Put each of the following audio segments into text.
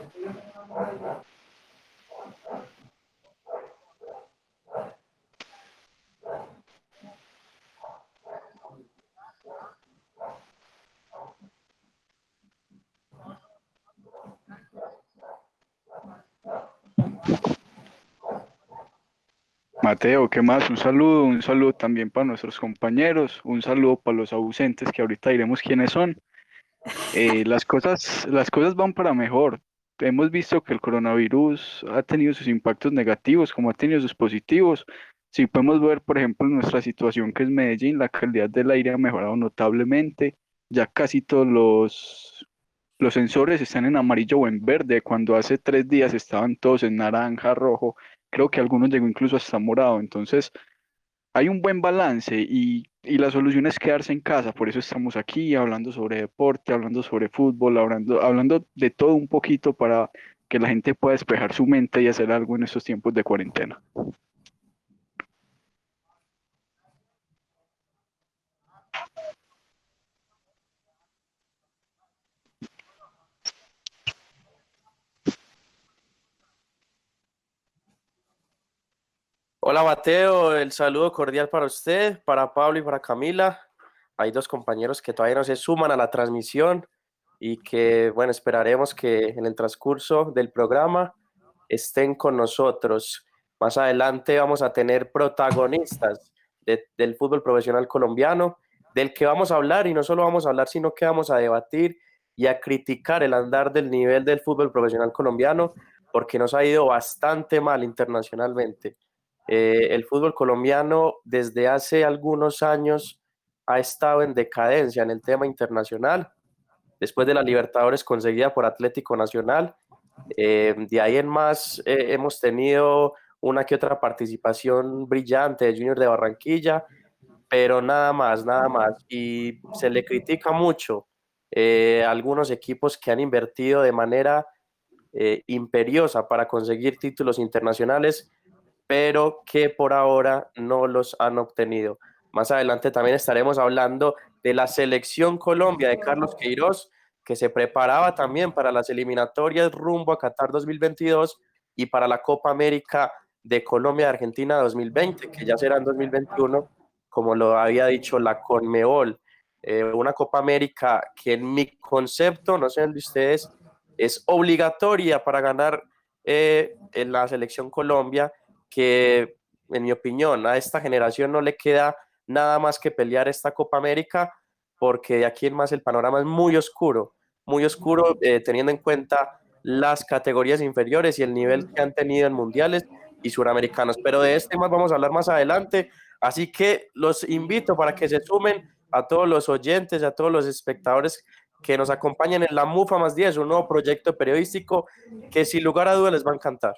Mateo, ¿qué más? Un saludo también para nuestros compañeros, un saludo para los ausentes que ahorita diremos quiénes son. Las cosas van para mejor. Hemos visto que el coronavirus ha tenido sus impactos negativos, como ha tenido sus positivos. Si podemos ver, por ejemplo, en nuestra situación que es Medellín, la calidad del aire ha mejorado notablemente. Ya casi todos los sensores están en amarillo o en verde, cuando hace 3 días estaban todos en naranja, rojo. Creo que algunos llegó incluso hasta morado. Entonces, hay un buen balance y la solución es quedarse en casa. Por eso estamos aquí hablando sobre deporte, hablando sobre fútbol, hablando de todo un poquito para que la gente pueda despejar su mente y hacer algo en estos tiempos de cuarentena. Hola Mateo, el saludo cordial para usted, para Pablo y para Camila. Hay dos compañeros que todavía no se suman a la transmisión y que, bueno, esperaremos que en el transcurso del programa estén con nosotros. Más adelante vamos a tener protagonistas del fútbol profesional colombiano, del que vamos a hablar y no solo vamos a hablar, sino que vamos a debatir y a criticar el andar del nivel del fútbol profesional colombiano, porque nos ha ido bastante mal internacionalmente. El fútbol colombiano desde hace algunos años ha estado en decadencia en el tema internacional, después de la Libertadores conseguida por Atlético Nacional. De ahí en más hemos tenido una que otra participación brillante de Junior de Barranquilla, pero nada más, nada más. Y se le critica mucho a algunos equipos que han invertido de manera imperiosa para conseguir títulos internacionales, pero que por ahora no los han obtenido. Más adelante también estaremos hablando de la selección Colombia de Carlos Queiroz, que se preparaba también para las eliminatorias rumbo a Qatar 2022 y para la Copa América de Colombia y Argentina 2020, que ya será en 2021, como lo había dicho la Conmebol. Una Copa América que en mi concepto, no sé el de ustedes, es obligatoria para ganar en la selección Colombia, que en mi opinión a esta generación no le queda nada más que pelear esta Copa América, porque de aquí en más el panorama es muy oscuro teniendo en cuenta las categorías inferiores y el nivel que han tenido en mundiales y suramericanos. Pero de este más vamos a hablar más adelante, así que los invito para que se sumen a todos los oyentes, a todos los espectadores que nos acompañen en la MUFA más 10, un nuevo proyecto periodístico que sin lugar a dudas les va a encantar.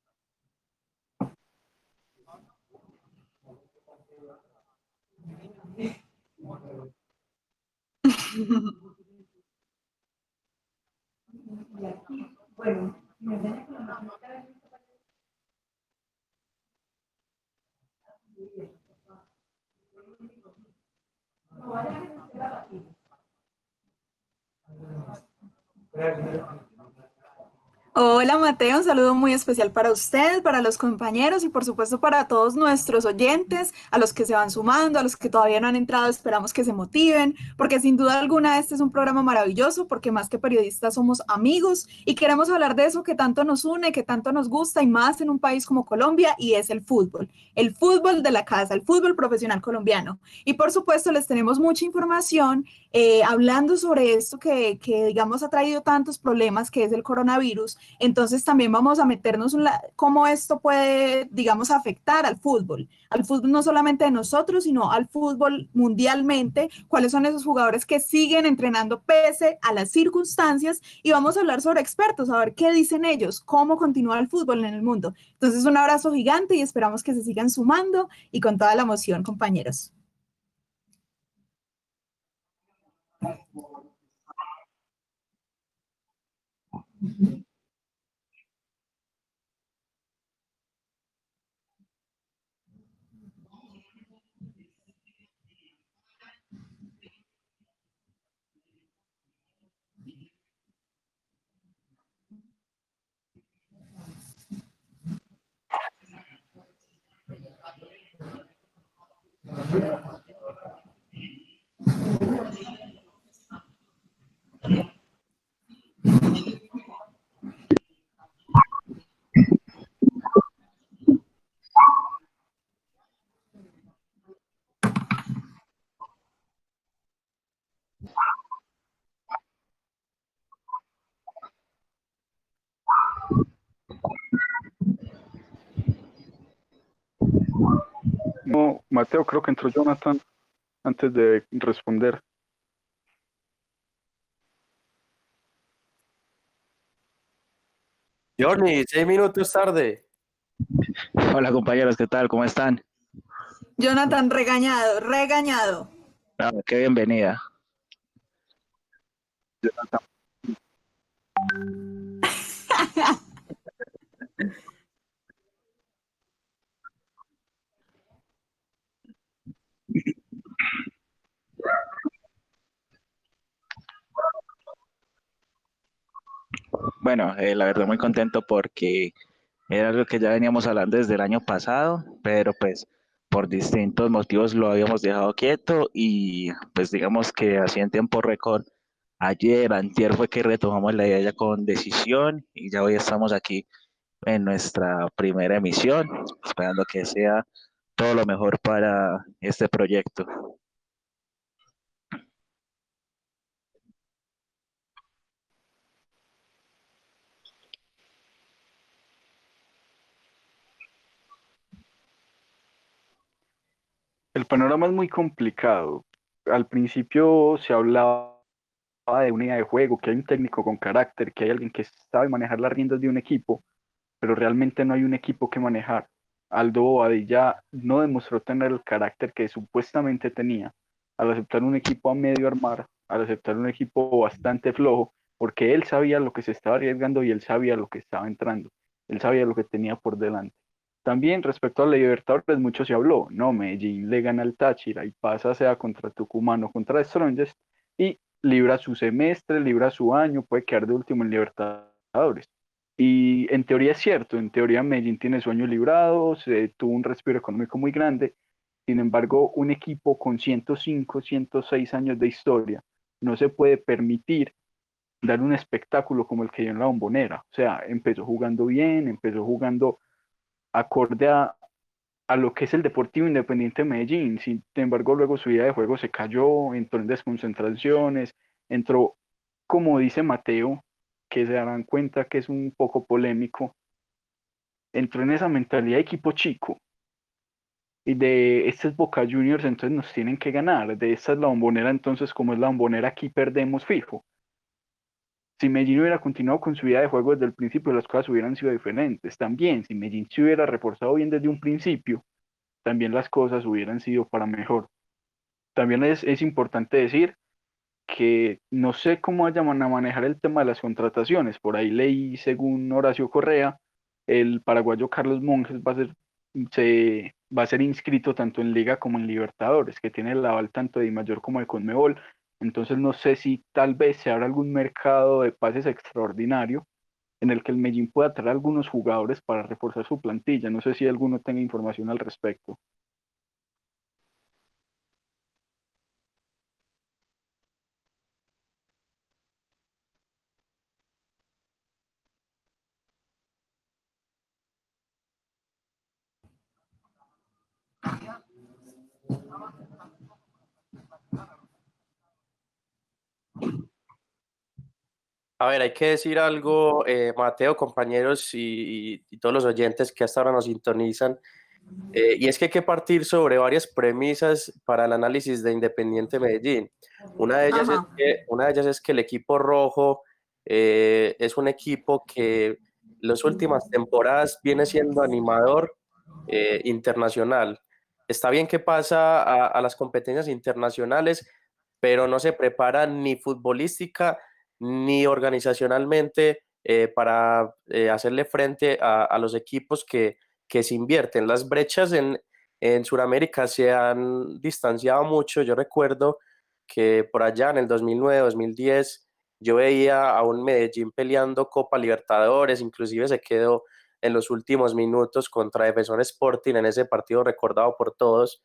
Hola Mateo, un saludo muy especial para usted, para los compañeros y por supuesto para todos nuestros oyentes, a los que se van sumando, a los que todavía no han entrado, esperamos que se motiven, porque sin duda alguna este es un programa maravilloso, porque más que periodistas somos amigos y queremos hablar de eso que tanto nos une, que tanto nos gusta y más en un país como Colombia y es el fútbol de la casa, el fútbol profesional colombiano. Y por supuesto les tenemos mucha información hablando sobre esto que, digamos, ha traído tantos problemas, que es el coronavirus. Entonces también vamos a meternos en cómo esto puede, digamos, afectar al fútbol no solamente de nosotros, sino al fútbol mundialmente, cuáles son esos jugadores que siguen entrenando pese a las circunstancias y vamos a hablar sobre expertos, a ver qué dicen ellos, cómo continúa el fútbol en el mundo. Entonces un abrazo gigante y esperamos que se sigan sumando y con toda la emoción, compañeros. No, Mateo, creo que entró Jonathan antes de responder. Johnny, 6 minutos tarde. Hola compañeros, ¿qué tal? ¿Cómo están? Jonathan, regañado, regañado. Ah, qué bienvenida. Bueno, la verdad muy contento porque era algo que ya veníamos hablando desde el año pasado, pero pues por distintos motivos lo habíamos dejado quieto y pues digamos que así en tiempo récord, ayer, antier fue que retomamos la idea ya con decisión y ya hoy estamos aquí en nuestra primera emisión, esperando que sea todo lo mejor para este proyecto. El panorama es muy complicado. Al principio se hablaba de una idea de juego, que hay un técnico con carácter, que hay alguien que sabe manejar las riendas de un equipo, pero realmente no hay un equipo que manejar. Aldo Bobadilla no demostró tener el carácter que supuestamente tenía al aceptar un equipo a medio armar, al aceptar un equipo bastante flojo, porque él sabía lo que se estaba arriesgando y él sabía lo que estaba entrando, él sabía lo que tenía por delante. También respecto a la Libertadores, mucho se habló, no, Medellín le gana al Táchira y pasa sea contra Tucumán o contra Strongest y libra su semestre, libra su año, puede quedar de último en Libertadores. Y en teoría es cierto, en teoría Medellín tiene sueño librado, se tuvo un respiro económico muy grande, sin embargo, un equipo con 105, 106 años de historia no se puede permitir dar un espectáculo como el que dio en la Bombonera. O sea, empezó jugando bien, empezó jugando acorde a lo que es el Deportivo Independiente de Medellín. Sin embargo, luego su idea de juego se cayó, entró en desconcentraciones, entró, como dice Mateo, que se darán cuenta que es un poco polémico, entró en esa mentalidad de equipo chico y de este es Boca Juniors, entonces nos tienen que ganar, de esta es la Bombonera, entonces como es la Bombonera aquí perdemos fijo. Si Medellín hubiera continuado con su idea de juego desde el principio, las cosas hubieran sido diferentes. También, si Medellín se hubiera reforzado bien desde un principio, también las cosas hubieran sido para mejor. También es importante decir que no sé cómo vayan a manejar el tema de las contrataciones. Por ahí leí, según Horacio Correa, el paraguayo Carlos Monjes va a ser inscrito tanto en Liga como en Libertadores, que tiene el aval tanto de Mayor como de Conmebol. Entonces no sé si tal vez se abra algún mercado de pases extraordinario en el que el Medellín pueda traer algunos jugadores para reforzar su plantilla. No sé si alguno tenga información al respecto. A ver, hay que decir algo, Mateo, compañeros y todos los oyentes que hasta ahora nos sintonizan, y es que hay que partir sobre varias premisas para el análisis de Independiente Medellín. Ajá. Una de ellas es que el equipo rojo es un equipo que las últimas temporadas viene siendo animador internacional. Está bien que pasa a las competencias internacionales, pero no se prepara ni futbolística ni organizacionalmente para hacerle frente a los equipos que se invierten. Las brechas en Sudamérica se han distanciado mucho. Yo recuerdo que por allá en el 2009-2010 yo veía a un Medellín peleando Copa Libertadores, inclusive se quedó en los últimos minutos contra Defensor Sporting en ese partido recordado por todos.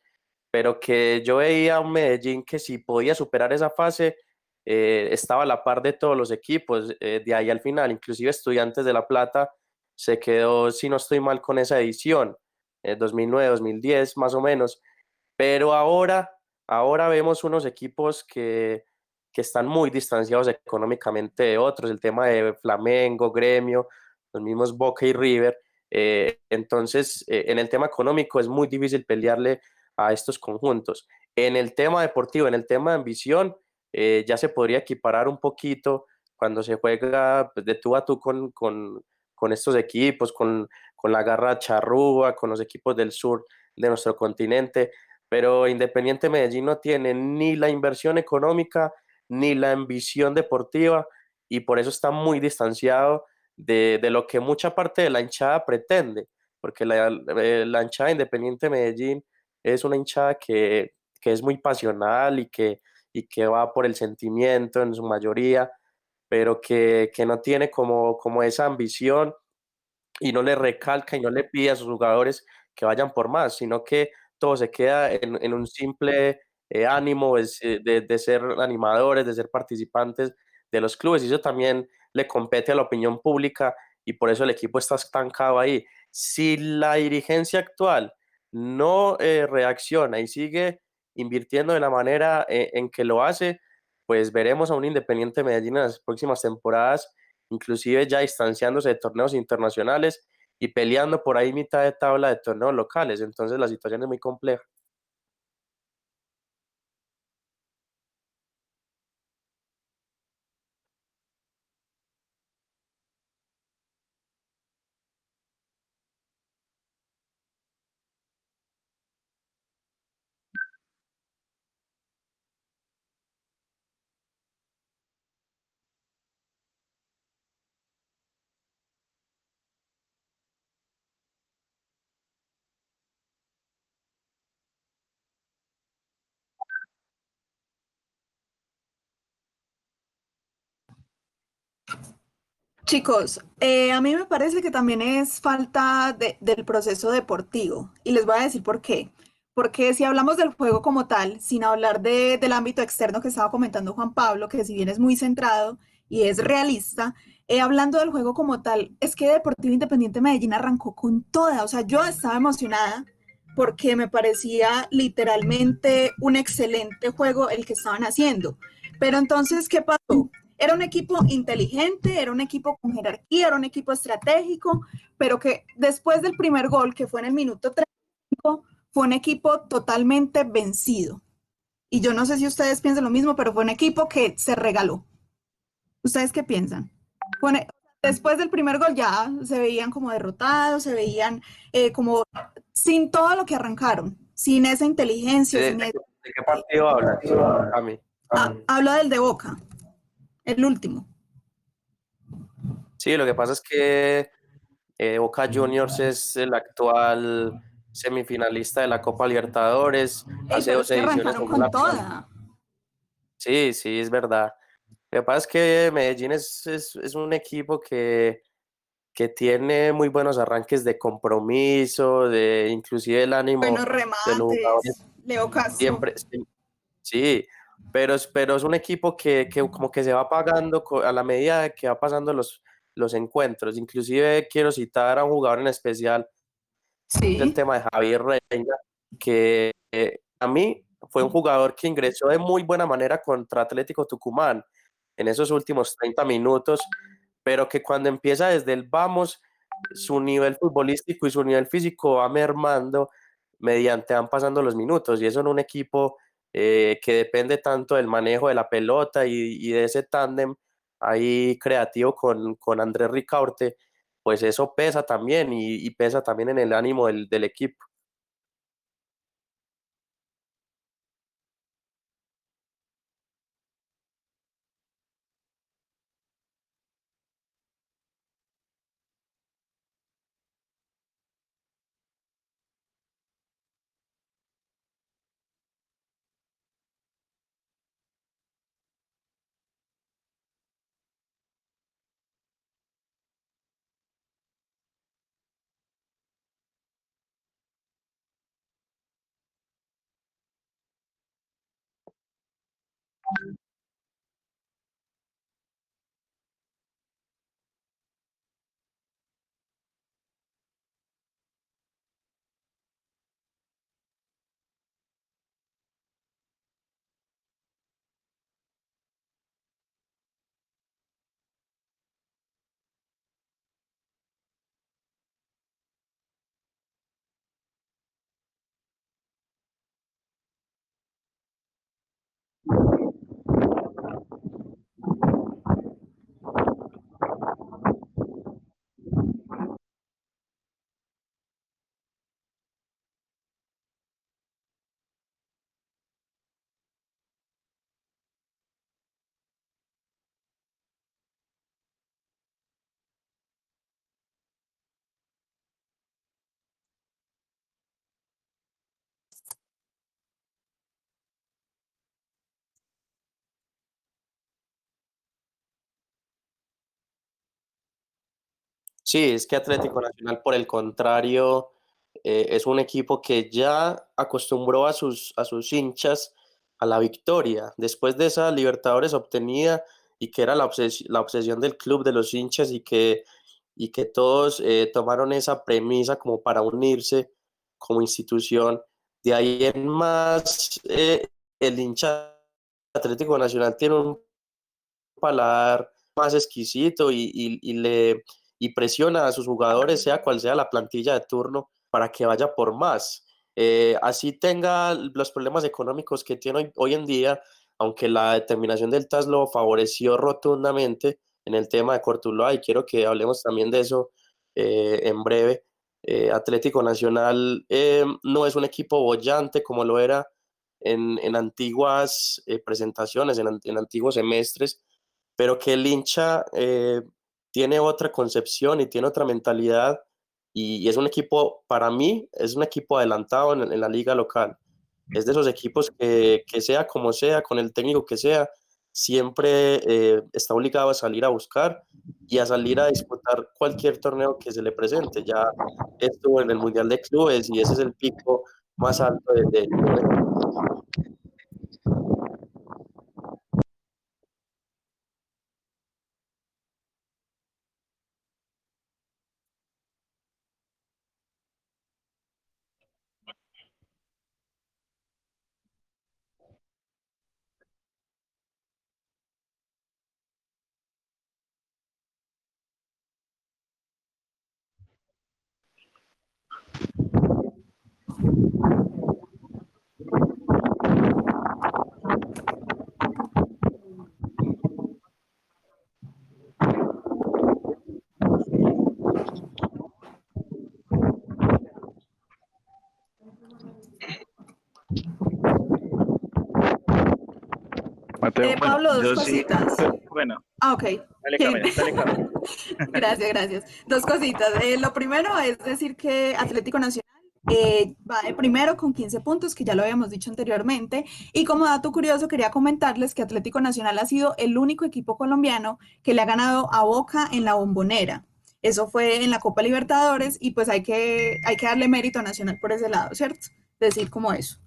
pero que yo veía a un Medellín que si podía superar esa fase, estaba a la par de todos los equipos, de ahí al final, inclusive Estudiantes de La Plata se quedó, si no estoy mal, con esa edición, 2009, 2010 más o menos, pero ahora vemos unos equipos que están muy distanciados económicamente de otros, el tema de Flamengo, Gremio, los mismos Boca y River. Entonces, en el tema económico es muy difícil pelearle a estos conjuntos. En el tema deportivo, en el tema de ambición, ya se podría equiparar un poquito cuando se juega pues, de tú a tú con estos equipos, con la garra charrúa, con los equipos del sur de nuestro continente, pero Independiente Medellín no tiene ni la inversión económica ni la ambición deportiva y por eso está muy distanciado de lo que mucha parte de la hinchada pretende, porque la hinchada de Independiente Medellín es una hinchada que es muy pasional y que va por el sentimiento en su mayoría, pero que no tiene como esa ambición y no le recalca y no le pide a sus jugadores que vayan por más, sino que todo se queda en un simple ánimo de ser animadores, de ser participantes de los clubes, y eso también le compete a la opinión pública y por eso el equipo está estancado ahí. Si la dirigencia actual no reacciona y sigue invirtiendo de la manera en que lo hace, pues veremos a un Independiente Medellín en las próximas temporadas inclusive ya distanciándose de torneos internacionales y peleando por ahí mitad de tabla de torneos locales. Entonces la situación es muy compleja. Chicos, a mí me parece que también es falta del proceso deportivo y les voy a decir por qué. Porque si hablamos del juego como tal, sin hablar del ámbito externo que estaba comentando Juan Pablo, que si bien es muy centrado y es realista, hablando del juego como tal, es que Deportivo Independiente Medellín arrancó con toda, o sea, yo estaba emocionada porque me parecía literalmente un excelente juego el que estaban haciendo. Pero entonces, ¿qué pasó? Era un equipo inteligente, era un equipo con jerarquía, era un equipo estratégico, pero que después del primer gol, que fue en el minuto 35, fue un equipo totalmente vencido. Y yo no sé si ustedes piensan lo mismo, pero fue un equipo que se regaló. ¿Ustedes qué piensan? Después del primer gol ya se veían como derrotados, se veían como sin todo lo que arrancaron, sin esa inteligencia, ¿De, sin de, ese... de qué partido hablas, a mí? Hablo del de Boca, el último. Sí, lo que pasa es que Boca Juniors es el actual semifinalista de la Copa Libertadores. Ey, Hace pero dos es que ediciones arrancaron jugó con la final. toda. Sí, sí, es verdad. Lo que pasa es que Medellín es un equipo que tiene muy buenos arranques de compromiso, de inclusive el ánimo Buenos de los jugadores remates, Leo Castro. siempre, sí, pero es un equipo que como que se va apagando a la medida de que va pasando los encuentros. Inclusive quiero citar a un jugador en especial, el Sí. tema de Javier Reina, que a mí fue un jugador que ingresó de muy buena manera contra Atlético Tucumán en esos últimos 30 minutos, pero que cuando empieza desde el vamos, su nivel futbolístico y su nivel físico va mermando mediante van pasando los minutos, y eso en un equipo que depende tanto del manejo de la pelota y de ese tándem ahí creativo con Andrés Ricaurte, pues eso pesa también y pesa también en el ánimo del equipo. Sí, es que Atlético Nacional, por el contrario, es un equipo que ya acostumbró a sus hinchas a la victoria. Después de esa Libertadores obtenida y que era la obsesión del club de los hinchas y que todos tomaron esa premisa como para unirse como institución. De ahí en más, el hincha Atlético Nacional tiene un paladar más exquisito y presiona a sus jugadores, sea cual sea la plantilla de turno, para que vaya por más. Así tenga los problemas económicos que tiene hoy en día, aunque la determinación del TAS lo favoreció rotundamente en el tema de Cortuluá, y quiero que hablemos también de eso en breve. Atlético Nacional no es un equipo bollante como lo era en antiguas presentaciones, en antiguos semestres, pero que el hincha tiene otra concepción y tiene otra mentalidad y es un equipo, para mí, es un equipo adelantado en la liga local. Es de esos equipos que sea como sea, con el técnico que sea, siempre está obligado a salir a buscar y a salir a disputar cualquier torneo que se le presente. Ya estuvo en el Mundial de Clubes y ese es el pico más alto de un equipo. Mateo. Bueno, Pablo, dos yo sí, cositas. bueno, Ah, ok. dale Camila, dale Camila. Gracias, gracias. Dos cositas. Lo primero es decir que Atlético Nacional va de primero con 15 puntos, que ya lo habíamos dicho anteriormente. Y como dato curioso, quería comentarles que Atlético Nacional ha sido el único equipo colombiano que le ha ganado a Boca en la Bombonera. Eso fue en la Copa Libertadores y pues hay que darle mérito a Nacional por ese lado, ¿cierto? Decir como eso.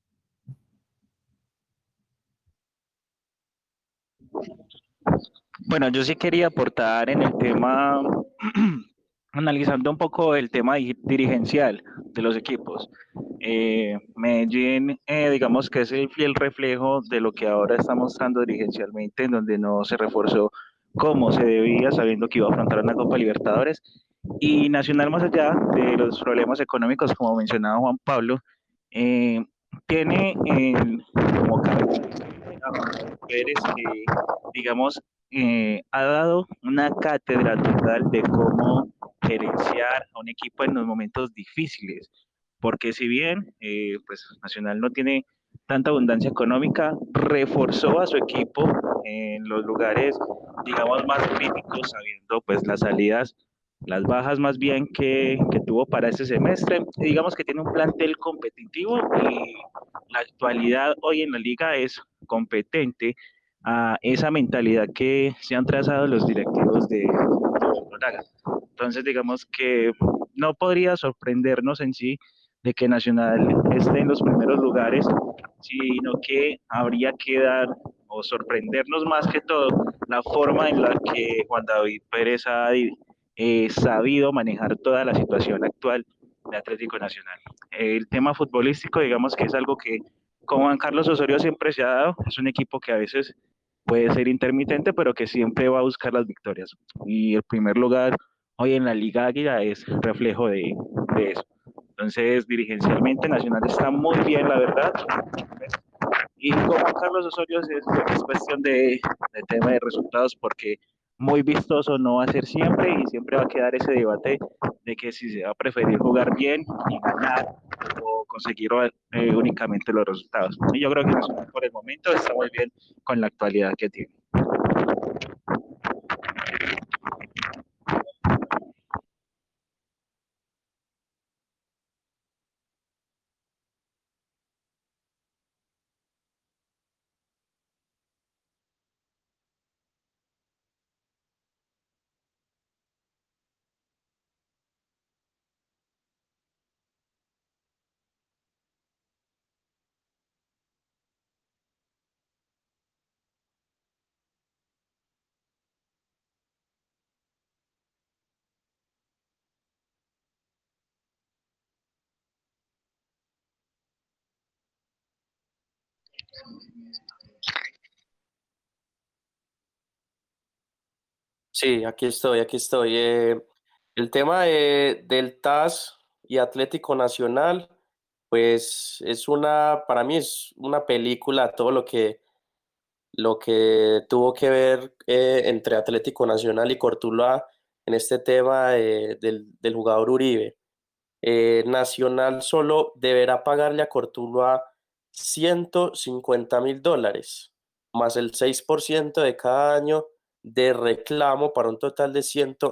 Bueno, yo sí quería aportar en el tema, analizando un poco el tema dirigencial de los equipos. Medellín, digamos que es el fiel reflejo de lo que ahora está mostrando dirigencialmente, en donde no se reforzó como se debía, sabiendo que iba a afrontar una Copa Libertadores. Y Nacional, más allá de los problemas económicos, como mencionaba Juan Pablo, eh, tiene como característica a Pérez que, digamos, ha dado una cátedra total de cómo gerenciar a un equipo en los momentos difíciles, porque si bien pues Nacional no tiene tanta abundancia económica, reforzó a su equipo en los lugares, digamos, más críticos, sabiendo pues las salidas, las bajas más bien que tuvo para este semestre. Y digamos que tiene un plantel competitivo y la actualidad hoy en la liga es competente a esa mentalidad que se han trazado los directivos de Moraga. Entonces, digamos que no podría sorprendernos en sí de que Nacional esté en los primeros lugares, sino que habría que dar o sorprendernos más que todo la forma en la que Juan David Pérez ha sabido manejar toda la situación actual de Atlético Nacional. El tema futbolístico, digamos que es algo que con Juan Carlos Osorio siempre se ha dado, es un equipo que a veces puede ser intermitente, pero que siempre va a buscar las victorias. Y el primer lugar hoy en la Liga Águila es reflejo de eso. Entonces, dirigencialmente Nacional está muy bien, la verdad, Y con Juan Carlos Osorio es cuestión de tema de resultados, porque muy vistoso no va a ser siempre y siempre va a quedar ese debate de que si se va a preferir jugar bien y ganar o conseguir únicamente los resultados. Y yo creo que Nacional por el momento está muy bien con la actualidad que tiene. Sí, aquí estoy, aquí estoy. El tema del TAS y Atlético Nacional, pues es para mí es una película, todo lo que tuvo que ver entre Atlético Nacional y Cortuluá en este tema del jugador Uribe. Nacional solo deberá pagarle a Cortuluá $150.000, más el 6% de cada año de reclamo para un total de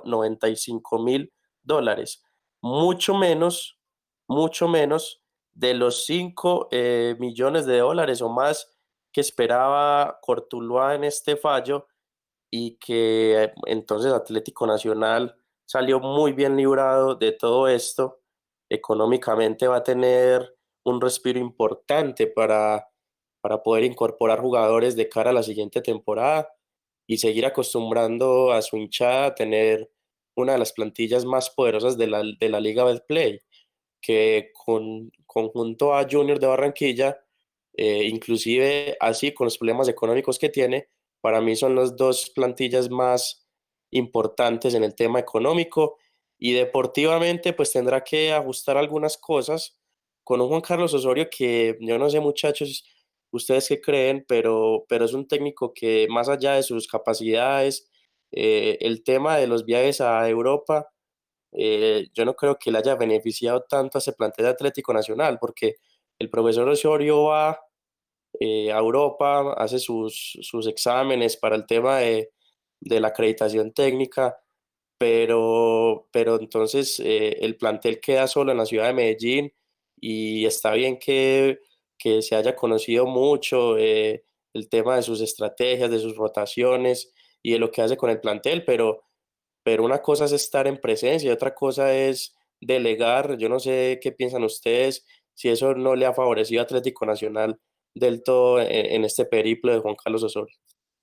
$195.000. Mucho menos, mucho menos de los 5 millones de dólares o más que esperaba Cortuluá en este fallo, y que entonces Atlético Nacional salió muy bien librado de todo esto. Económicamente va a tener un respiro importante para poder incorporar jugadores de cara a la siguiente temporada y seguir acostumbrando a su hinchada a tener una de las plantillas más poderosas de la Liga Betplay, que conjunto a Junior de Barranquilla, inclusive así con los problemas económicos que tiene, para mí son las dos plantillas más importantes en el tema económico, y deportivamente pues tendrá que ajustar algunas cosas con un Juan Carlos Osorio que yo no sé, muchachos, ustedes qué creen, pero es un técnico que más allá de sus capacidades, el tema de los viajes a Europa, yo no creo que le haya beneficiado tanto a ese plantel de Atlético Nacional, porque el profesor Osorio va a Europa, hace sus exámenes para el tema de la acreditación técnica, pero entonces el plantel queda solo en la ciudad de Medellín, y está bien que se haya conocido mucho el tema de sus estrategias, de sus rotaciones y de lo que hace con el plantel, pero una cosa es estar en presencia y otra cosa es delegar. Yo no sé qué piensan ustedes, si eso no le ha favorecido a Atlético Nacional del todo en este periplo de Juan Carlos Osorio.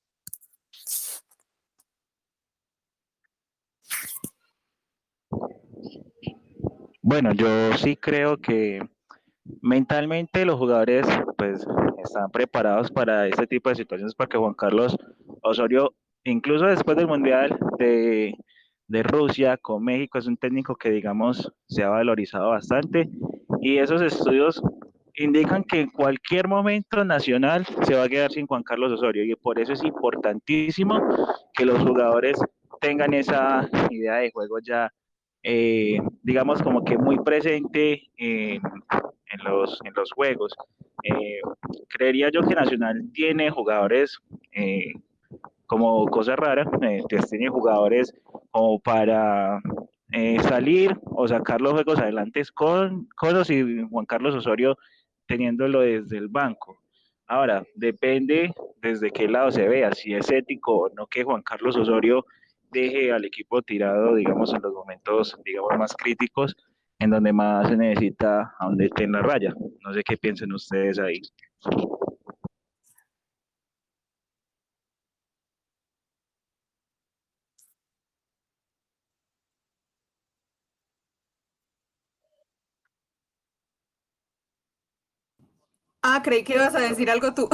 Bueno, yo sí creo que mentalmente los jugadores pues están preparados para este tipo de situaciones, porque Juan Carlos Osorio, incluso después del Mundial de Rusia con México, es un técnico que digamos se ha valorizado bastante, y esos estudios indican que en cualquier momento Nacional se va a quedar sin Juan Carlos Osorio, y por eso es importantísimo que los jugadores tengan esa idea de juego ya, digamos, como que muy presente en los juegos. Eh, Creería yo que Nacional tiene jugadores, como cosa rara, tiene jugadores como para salir o sacar los juegos adelante con los y Juan Carlos Osorio teniéndolo desde el banco. Ahora, depende desde qué lado se vea, si es ético o no que Juan Carlos Osorio deje al equipo tirado, digamos, en los momentos, digamos, más críticos, en donde más se necesita a donde esté en la raya. No sé qué piensen ustedes ahí. Ah, creí que ibas a decir algo tú.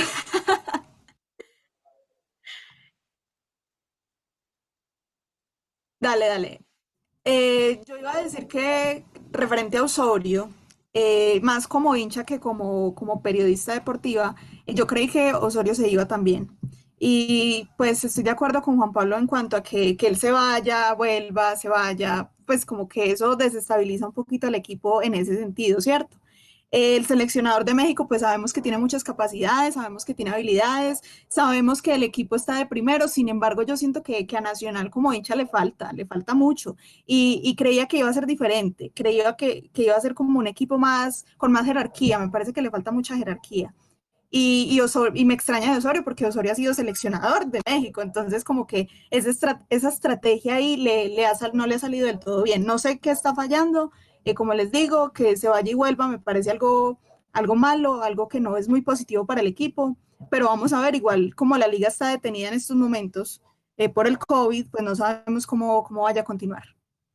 Dale, dale. Yo iba a decir que referente a Osorio, más como hincha que como periodista deportiva, Yo creí que Osorio se iba también. Y pues estoy de acuerdo con Juan Pablo en cuanto a que él se vaya, vuelva, se vaya, pues como que eso desestabiliza un poquito al equipo en ese sentido, ¿cierto? El seleccionador de México, pues sabemos que tiene muchas capacidades, sabemos que tiene habilidades, sabemos que el equipo está de primero, sin embargo, yo siento que a Nacional como hincha le falta mucho y creía que iba a ser diferente, creía que iba a ser como un equipo más, con más jerarquía, me parece que le falta mucha jerarquía. Y me extraña de Osorio porque Osorio ha sido seleccionador de México, entonces como que esa estrategia ahí no le ha salido del todo bien. No sé qué está fallando, como les digo, que se vaya y vuelva me parece algo malo, algo que no es muy positivo para el equipo, pero vamos a ver, igual como la liga está detenida en estos momentos por el COVID, pues no sabemos cómo vaya a continuar.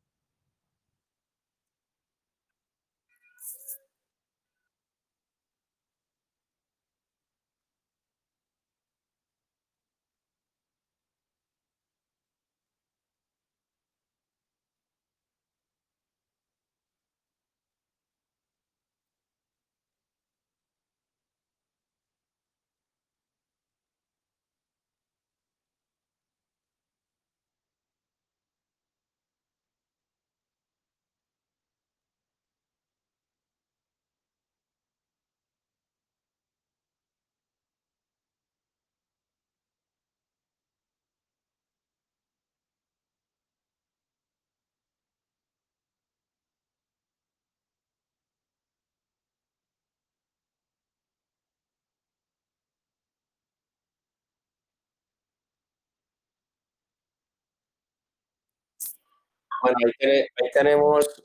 Bueno, ahí tenemos,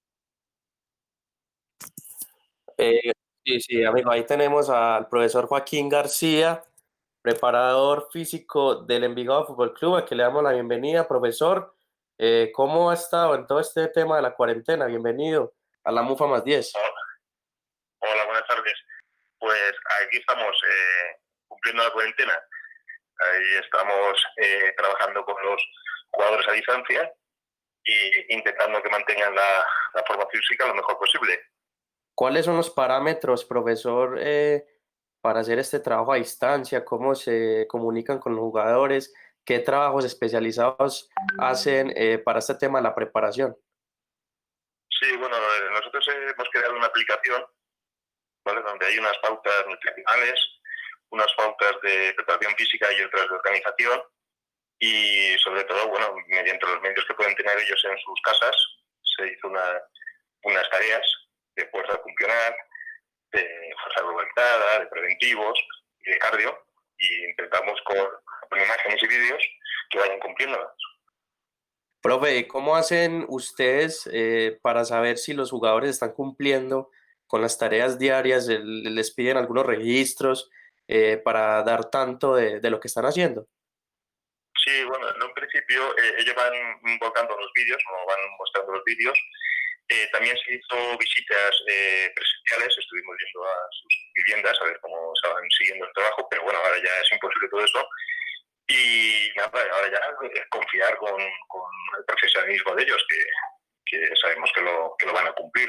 eh, sí, sí, amigo, ahí tenemos al profesor Joaquín García, preparador físico del Envigado Fútbol Club, a que le damos la bienvenida, profesor. ¿Cómo ha estado en todo este tema de la cuarentena? Bienvenido a la MUFA más 10. Hola, buenas tardes. Pues aquí estamos cumpliendo la cuarentena. Ahí estamos trabajando con los jugadores a distancia e intentando que mantengan la forma física lo mejor posible. ¿Cuáles son los parámetros, profesor, para hacer este trabajo a distancia? ¿Cómo se comunican con los jugadores? ¿Qué trabajos especializados hacen para este tema de la preparación? Sí, bueno, nosotros hemos creado una aplicación, ¿vale?, donde hay unas pautas nutricionales, unas pautas de preparación física y otras de organización, y sobre todo, bueno, mediante los medios que pueden tener ellos en sus casas, se hizo unas tareas de fuerza funcional, de fuerza globalizada, de preventivos y de cardio, y intentamos con imágenes y vídeos que vayan cumpliéndolas. Profe, ¿cómo hacen ustedes para saber si los jugadores están cumpliendo con las tareas diarias? ¿Les piden algunos registros para dar tanto de lo que están haciendo? Sí, bueno, en un principio ellos van volcando los vídeos, o van mostrando los vídeos. También se hizo visitas presenciales, estuvimos yendo a sus viviendas a ver cómo estaban siguiendo el trabajo, pero bueno, ahora ya es imposible todo eso. Y nada, ahora ya confiar con el profesionalismo de ellos, que sabemos que lo van a cumplir.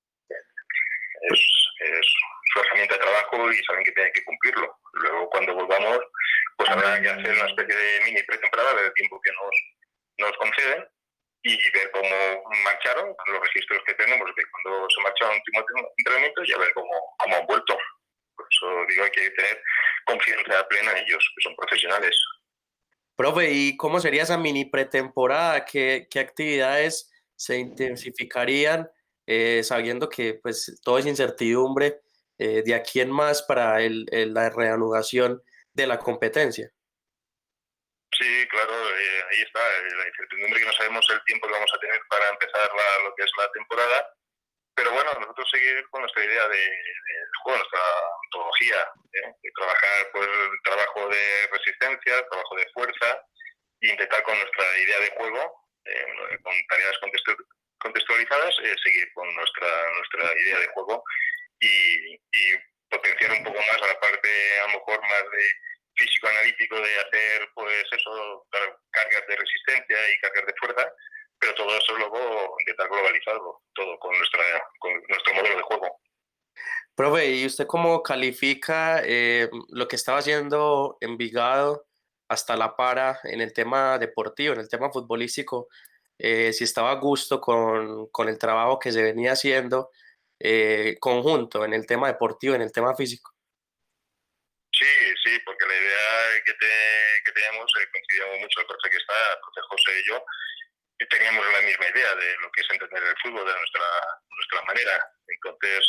Es su herramienta de trabajo y saben que tienen que cumplirlo. Luego, cuando volvamos, pues habrá que hacer una especie de mini pretemporada del tiempo que nos conceden y ver cómo marcharon, con los registros que tenemos de cuando se marcharon el último entrenamiento, y a ver cómo han vuelto. Por eso digo, hay que tener confianza plena en ellos, que son profesionales. Profe, ¿y cómo sería esa mini pretemporada? ¿Qué actividades se intensificarían sabiendo que pues todo es incertidumbre de aquí en más para la reanudación de la competencia? Sí, claro, ahí está, la incertidumbre, que no sabemos el tiempo que vamos a tener para empezar lo que es la temporada, pero bueno, nosotros seguir con nuestra idea del juego, nuestra ontología, de trabajar pues trabajo de resistencia, trabajo de fuerza, e intentar con nuestra idea de juego, con tareas contextualizadas, seguir con nuestra idea de juego y potenciar un poco más a la parte, a lo mejor, más de físico-analítico, de hacer, pues eso, cargas de resistencia y cargas de fuerza, pero todo eso luego intentar globalizarlo, todo con nuestro modelo de juego. Profe, ¿y usted cómo califica lo que estaba haciendo Envigado hasta la para en el tema deportivo, en el tema futbolístico? Si estaba a gusto con el trabajo que se venía haciendo conjunto en el tema deportivo, en el tema físico. Sí, sí, porque la idea que teníamos coincidíamos mucho, el profe que está, el profe José y yo, y teníamos la misma idea de lo que es entender el fútbol de nuestra manera. Entonces,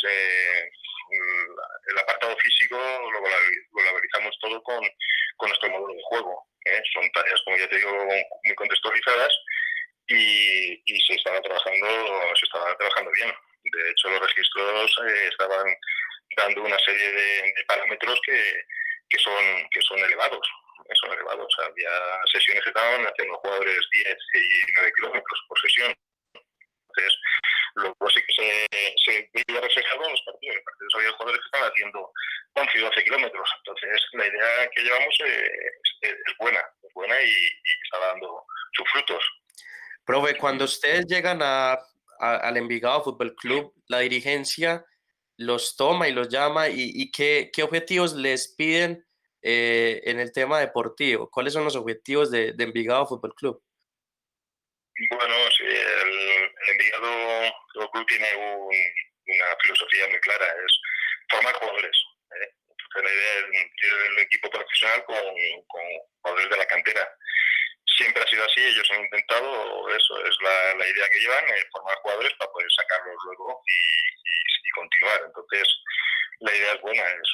el apartado físico lo valorizamos todo con nuestro modelo de juego. Son tareas, como ya te digo, muy contextualizadas y se estaba trabajando bien. De hecho, los registros estaban dando una serie de parámetros que son elevados. Son elevados. Había sesiones que estaban haciendo jugadores 10 y 9 kilómetros por sesión. Entonces, luego sí que se veía reflejado en los partidos. En los partidos había jugadores que estaban haciendo 11 y 12 kilómetros. Entonces, la idea que llevamos es buena y está dando sus frutos. Profe, cuando ustedes llegan al Envigado Fútbol Club, la dirigencia los toma y los llama y qué objetivos les piden en el tema deportivo. ¿Cuáles son los objetivos de Envigado Fútbol Club? Bueno, sí, el Envigado Fútbol Club tiene una filosofía muy clara, es formar jugadores. Entonces la idea es tirar el equipo profesional con jugadores de la cantera. Siempre ha sido así, ellos han intentado, eso es la idea que llevan, formar jugadores para poder sacarlos luego y continuar. Entonces, la idea es buena, es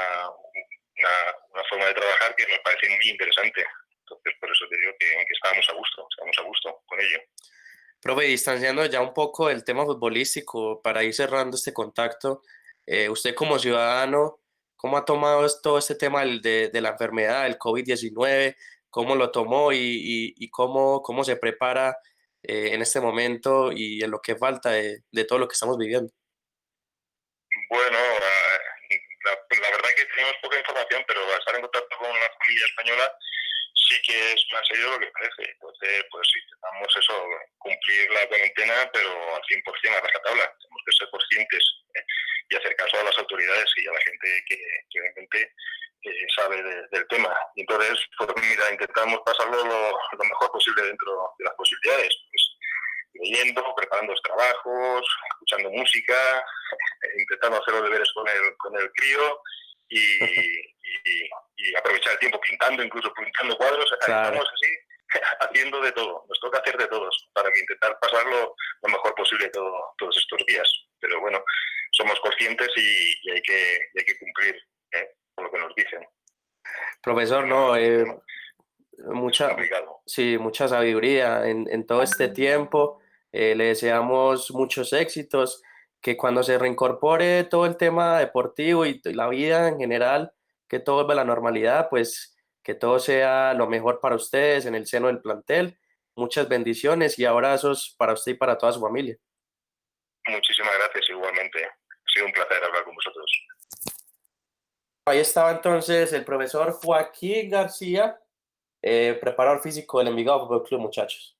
una forma de trabajar que nos parece muy interesante. Entonces, por eso te digo que estábamos a gusto con ello. Profe, distanciando ya un poco del tema futbolístico, para ir cerrando este contacto, usted como ciudadano, ¿cómo ha tomado todo este tema de la enfermedad, el COVID-19? ¿Cómo lo tomó y cómo se prepara en este momento y en lo que falta de todo lo que estamos viviendo? Bueno, la verdad que tenemos poca información, pero al estar en contacto con una familia española sí que es más serio de lo que parece. Entonces, pues intentamos eso, cumplir la cuarentena, pero al 100% a rajatabla. Tenemos que ser conscientes y hacer caso a las autoridades y a la gente que realmente sabe del tema. Y entonces, pues mira, intentamos pasarlo lo mejor posible dentro de las posibilidades. Pues, leyendo, preparando los trabajos, escuchando música, intentando hacer los deberes con el crío y aprovechar el tiempo pintando, incluso pintando cuadros. Claro. Estamos así haciendo de todo. Nos toca hacer de todos para que intentar pasarlo lo mejor posible todos estos días. Pero bueno, somos conscientes y hay que cumplir con lo que nos dicen. Profesor, no, mucha sabiduría en todo este tiempo. Le deseamos muchos éxitos, que cuando se reincorpore todo el tema deportivo y la vida en general, que todo vuelva a la normalidad, pues que todo sea lo mejor para ustedes en el seno del plantel. Muchas bendiciones y abrazos para usted y para toda su familia. Muchísimas gracias igualmente. Ha sido un placer hablar con vosotros. Ahí estaba entonces el profesor Joaquín García, preparador físico del Envigado Fútbol Club, muchachos.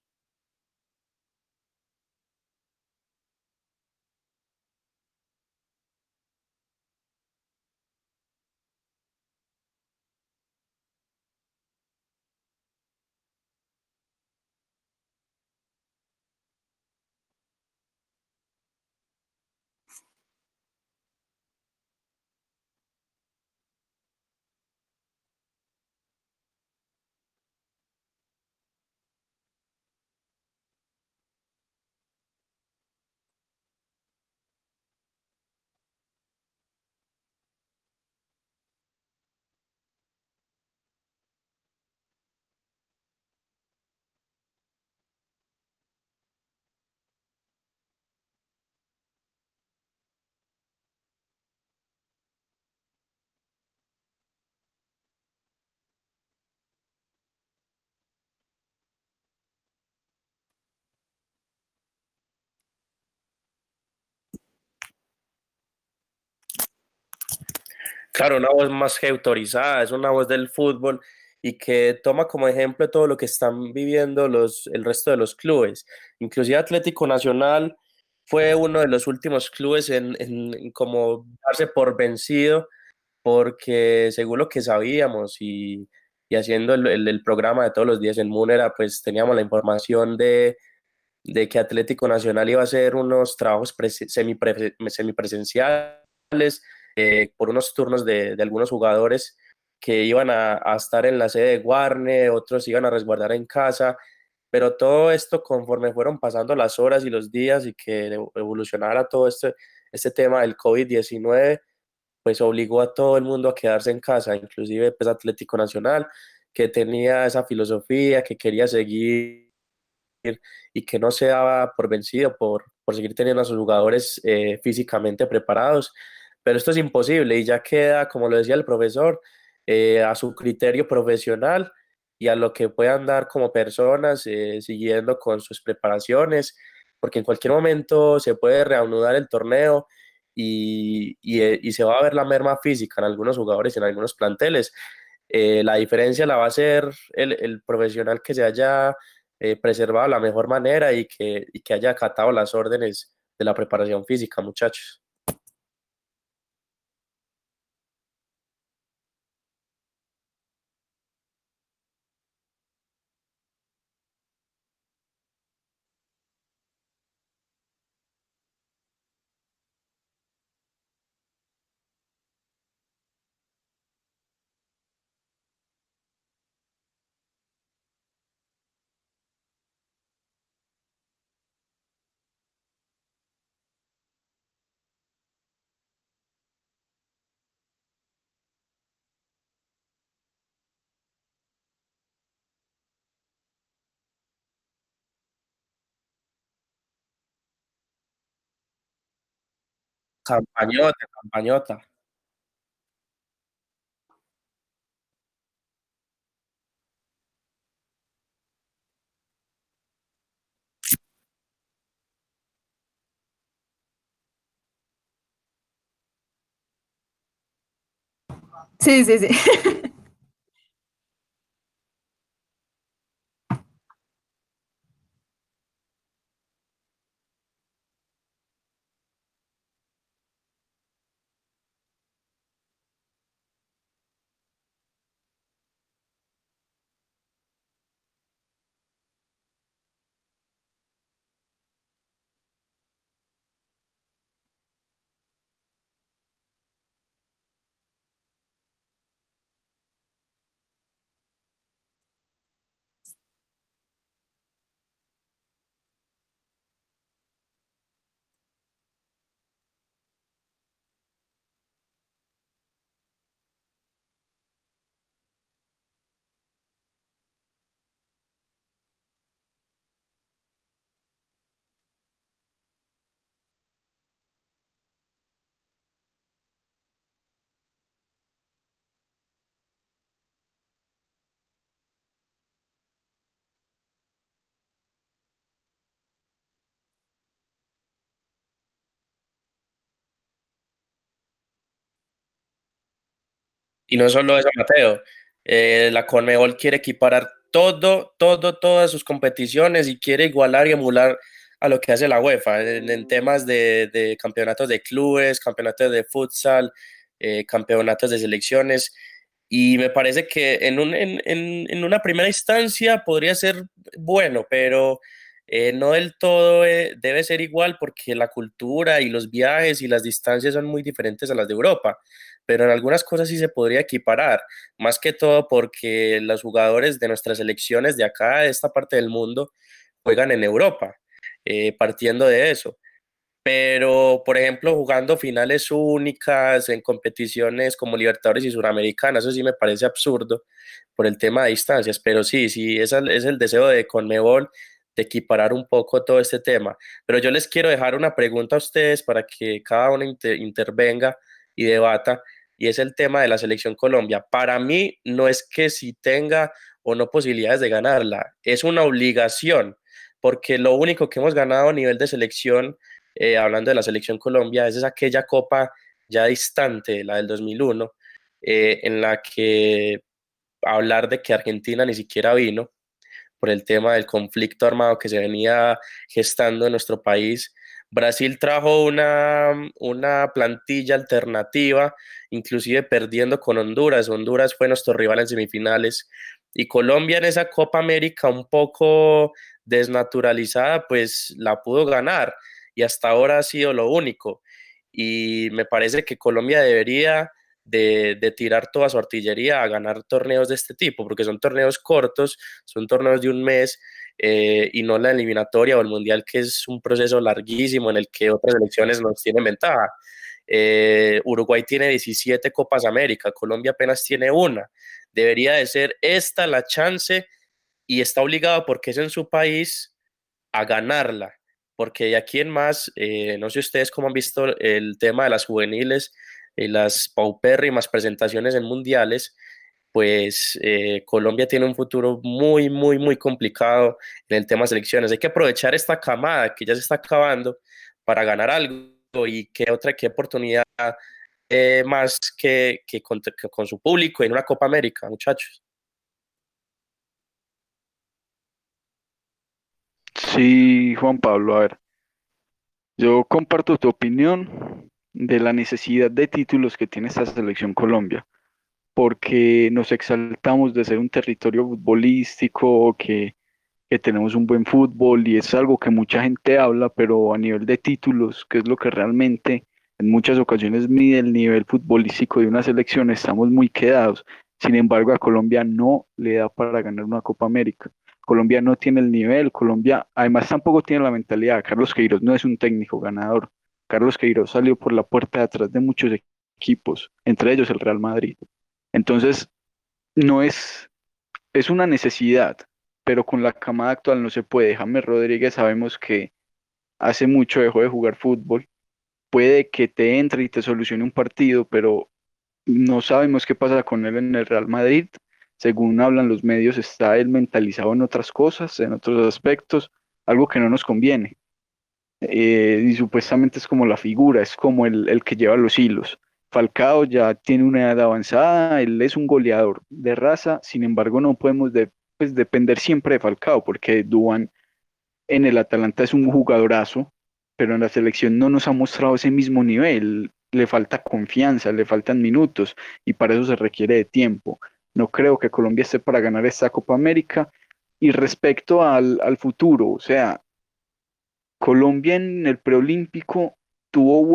Claro, una voz más que autorizada, es una voz del fútbol y que toma como ejemplo todo lo que están viviendo el resto de los clubes. Inclusive Atlético Nacional fue uno de los últimos clubes en como darse por vencido, porque según lo que sabíamos y haciendo el programa de todos los días en Munera, pues teníamos la información de que Atlético Nacional iba a hacer unos trabajos semipresenciales por unos turnos de algunos jugadores que iban a estar en la sede de Guarne, otros iban a resguardar en casa, pero todo esto conforme fueron pasando las horas y los días y que evolucionara todo este tema del COVID-19, pues obligó a todo el mundo a quedarse en casa, inclusive pues Atlético Nacional, que tenía esa filosofía, que quería seguir y que no se daba por vencido por seguir teniendo a sus jugadores físicamente preparados. Pero esto es imposible y ya queda, como lo decía el profesor, a su criterio profesional y a lo que puedan dar como personas, siguiendo con sus preparaciones, porque en cualquier momento se puede reanudar el torneo y se va a ver la merma física en algunos jugadores y en algunos planteles. La diferencia la va a ser el profesional que se haya preservado de la mejor manera y que haya acatado las órdenes de la preparación física, muchachos. Campañota, campañota. Sí, sí, sí. Y no solo eso, Mateo, la Conmebol quiere equiparar todas sus competiciones y quiere igualar y emular a lo que hace la UEFA en temas de campeonatos de clubes, campeonatos de futsal, campeonatos de selecciones. Y me parece que en una primera instancia podría ser bueno, pero no del todo debe ser igual porque la cultura y los viajes y las distancias son muy diferentes a las de Europa, pero en algunas cosas sí se podría equiparar, más que todo porque los jugadores de nuestras selecciones de acá, de esta parte del mundo, juegan en Europa, partiendo de eso. Pero, por ejemplo, jugando finales únicas en competiciones como Libertadores y Suramericanas, eso sí me parece absurdo por el tema de distancias, pero sí, sí, es el deseo de Conmebol de equiparar un poco todo este tema. Pero yo les quiero dejar una pregunta a ustedes para que cada uno intervenga y debata, y es el tema de la selección Colombia. Para mí no es que si tenga o no posibilidades de ganarla, es una obligación, porque lo único que hemos ganado a nivel de selección, hablando de la selección Colombia, esa es aquella copa ya distante, la del 2001, en la que hablar de que Argentina ni siquiera vino por el tema del conflicto armado que se venía gestando en nuestro país, Brasil trajo una plantilla alternativa, inclusive perdiendo con Honduras. Honduras fue nuestro rival en semifinales. Y Colombia en esa Copa América un poco desnaturalizada, pues la pudo ganar. Y hasta ahora ha sido lo único. Y me parece que Colombia debería de tirar toda su artillería a ganar torneos de este tipo, porque son torneos cortos, son torneos de un mes, y no la eliminatoria o el mundial, que es un proceso larguísimo en el que otras elecciones nos tienen ventaja. Uruguay tiene 17 Copas América, Colombia apenas tiene una. Debería de ser esta la chance y está obligado porque es en su país a ganarla, porque de aquí en más, no sé ustedes cómo han visto el tema de las juveniles y las paupérrimas presentaciones en mundiales, pues Colombia tiene un futuro muy, muy, muy complicado en el tema de selecciones. Hay que aprovechar esta camada que ya se está acabando para ganar algo y qué oportunidad más que con su público en una Copa América, muchachos. Sí, Juan Pablo, a ver, yo comparto tu opinión de la necesidad de títulos que tiene esta selección Colombia, porque nos exaltamos de ser un territorio futbolístico, que tenemos un buen fútbol y es algo que mucha gente habla, pero a nivel de títulos, que es lo que realmente en muchas ocasiones mide el nivel futbolístico de una selección, estamos muy quedados. Sin embargo, a Colombia no le da para ganar una Copa América. Colombia no tiene el nivel, Colombia además tampoco tiene la mentalidad. Carlos Queiroz no es un técnico ganador. Carlos Queiroz salió por la puerta de atrás de muchos equipos, entre ellos el Real Madrid. Entonces, no es una necesidad, pero con la camada actual no se puede. James Rodríguez sabemos que hace mucho dejó de jugar fútbol. Puede que te entre y te solucione un partido, pero no sabemos qué pasa con él en el Real Madrid. Según hablan los medios, está él mentalizado en otras cosas, en otros aspectos, algo que no nos conviene. Y supuestamente es como la figura, es como el que lleva los hilos. Falcao ya tiene una edad avanzada, él es un goleador de raza, sin embargo no podemos pues, depender siempre de Falcao, porque Duván en el Atalanta es un jugadorazo, pero en la selección no nos ha mostrado ese mismo nivel, le falta confianza, le faltan minutos, y para eso se requiere de tiempo. No creo que Colombia esté para ganar esta Copa América. Y respecto al futuro, o sea, Colombia en el preolímpico tuvo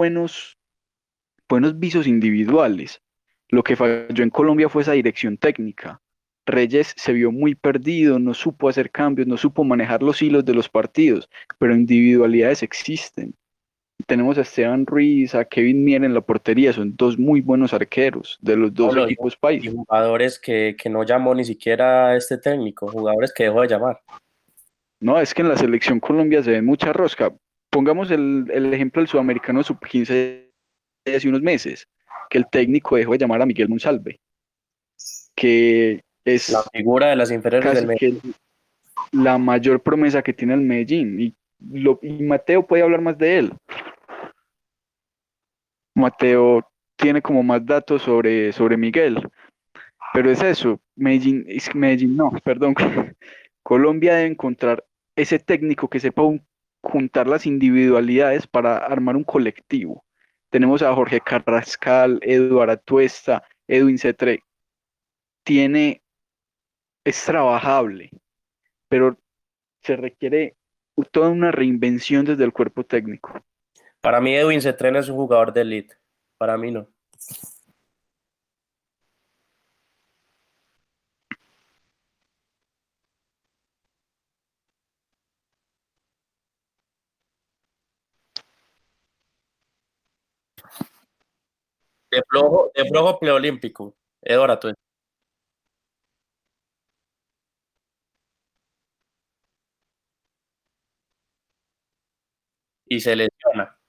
buenos visos individuales. Lo que falló en Colombia fue esa dirección técnica. Reyes se vio muy perdido, no supo hacer cambios, no supo manejar los hilos de los partidos, pero individualidades existen. Tenemos a Esteban Ruiz, a Kevin Mier en la portería, son dos muy buenos arqueros de los dos Pablo, equipos y países. jugadores que no llamó ni siquiera este técnico, jugadores que dejó de llamar. No, es que en la selección Colombia se ve mucha rosca. Pongamos el ejemplo del sudamericano sub-15 de hace unos meses, que el técnico dejó de llamar a Miguel Monsalve, que La es figura de las inferiores del casi Medellín. que la mayor promesa que tiene el Medellín. Y Mateo puede hablar más de él. Mateo tiene como más datos sobre Miguel, pero es eso, Medellín no, perdón, Colombia debe encontrar ese técnico que sepa juntar las individualidades para armar un colectivo. Tenemos a Jorge Carrascal, Eduardo Atuesta, Edwin Cetré, es trabajable, pero se requiere toda una reinvención desde el cuerpo técnico. Para mí Edwin Cetrén es un jugador de élite, para mí no. De flojo preolímpico, Eduardo. Y se lesiona.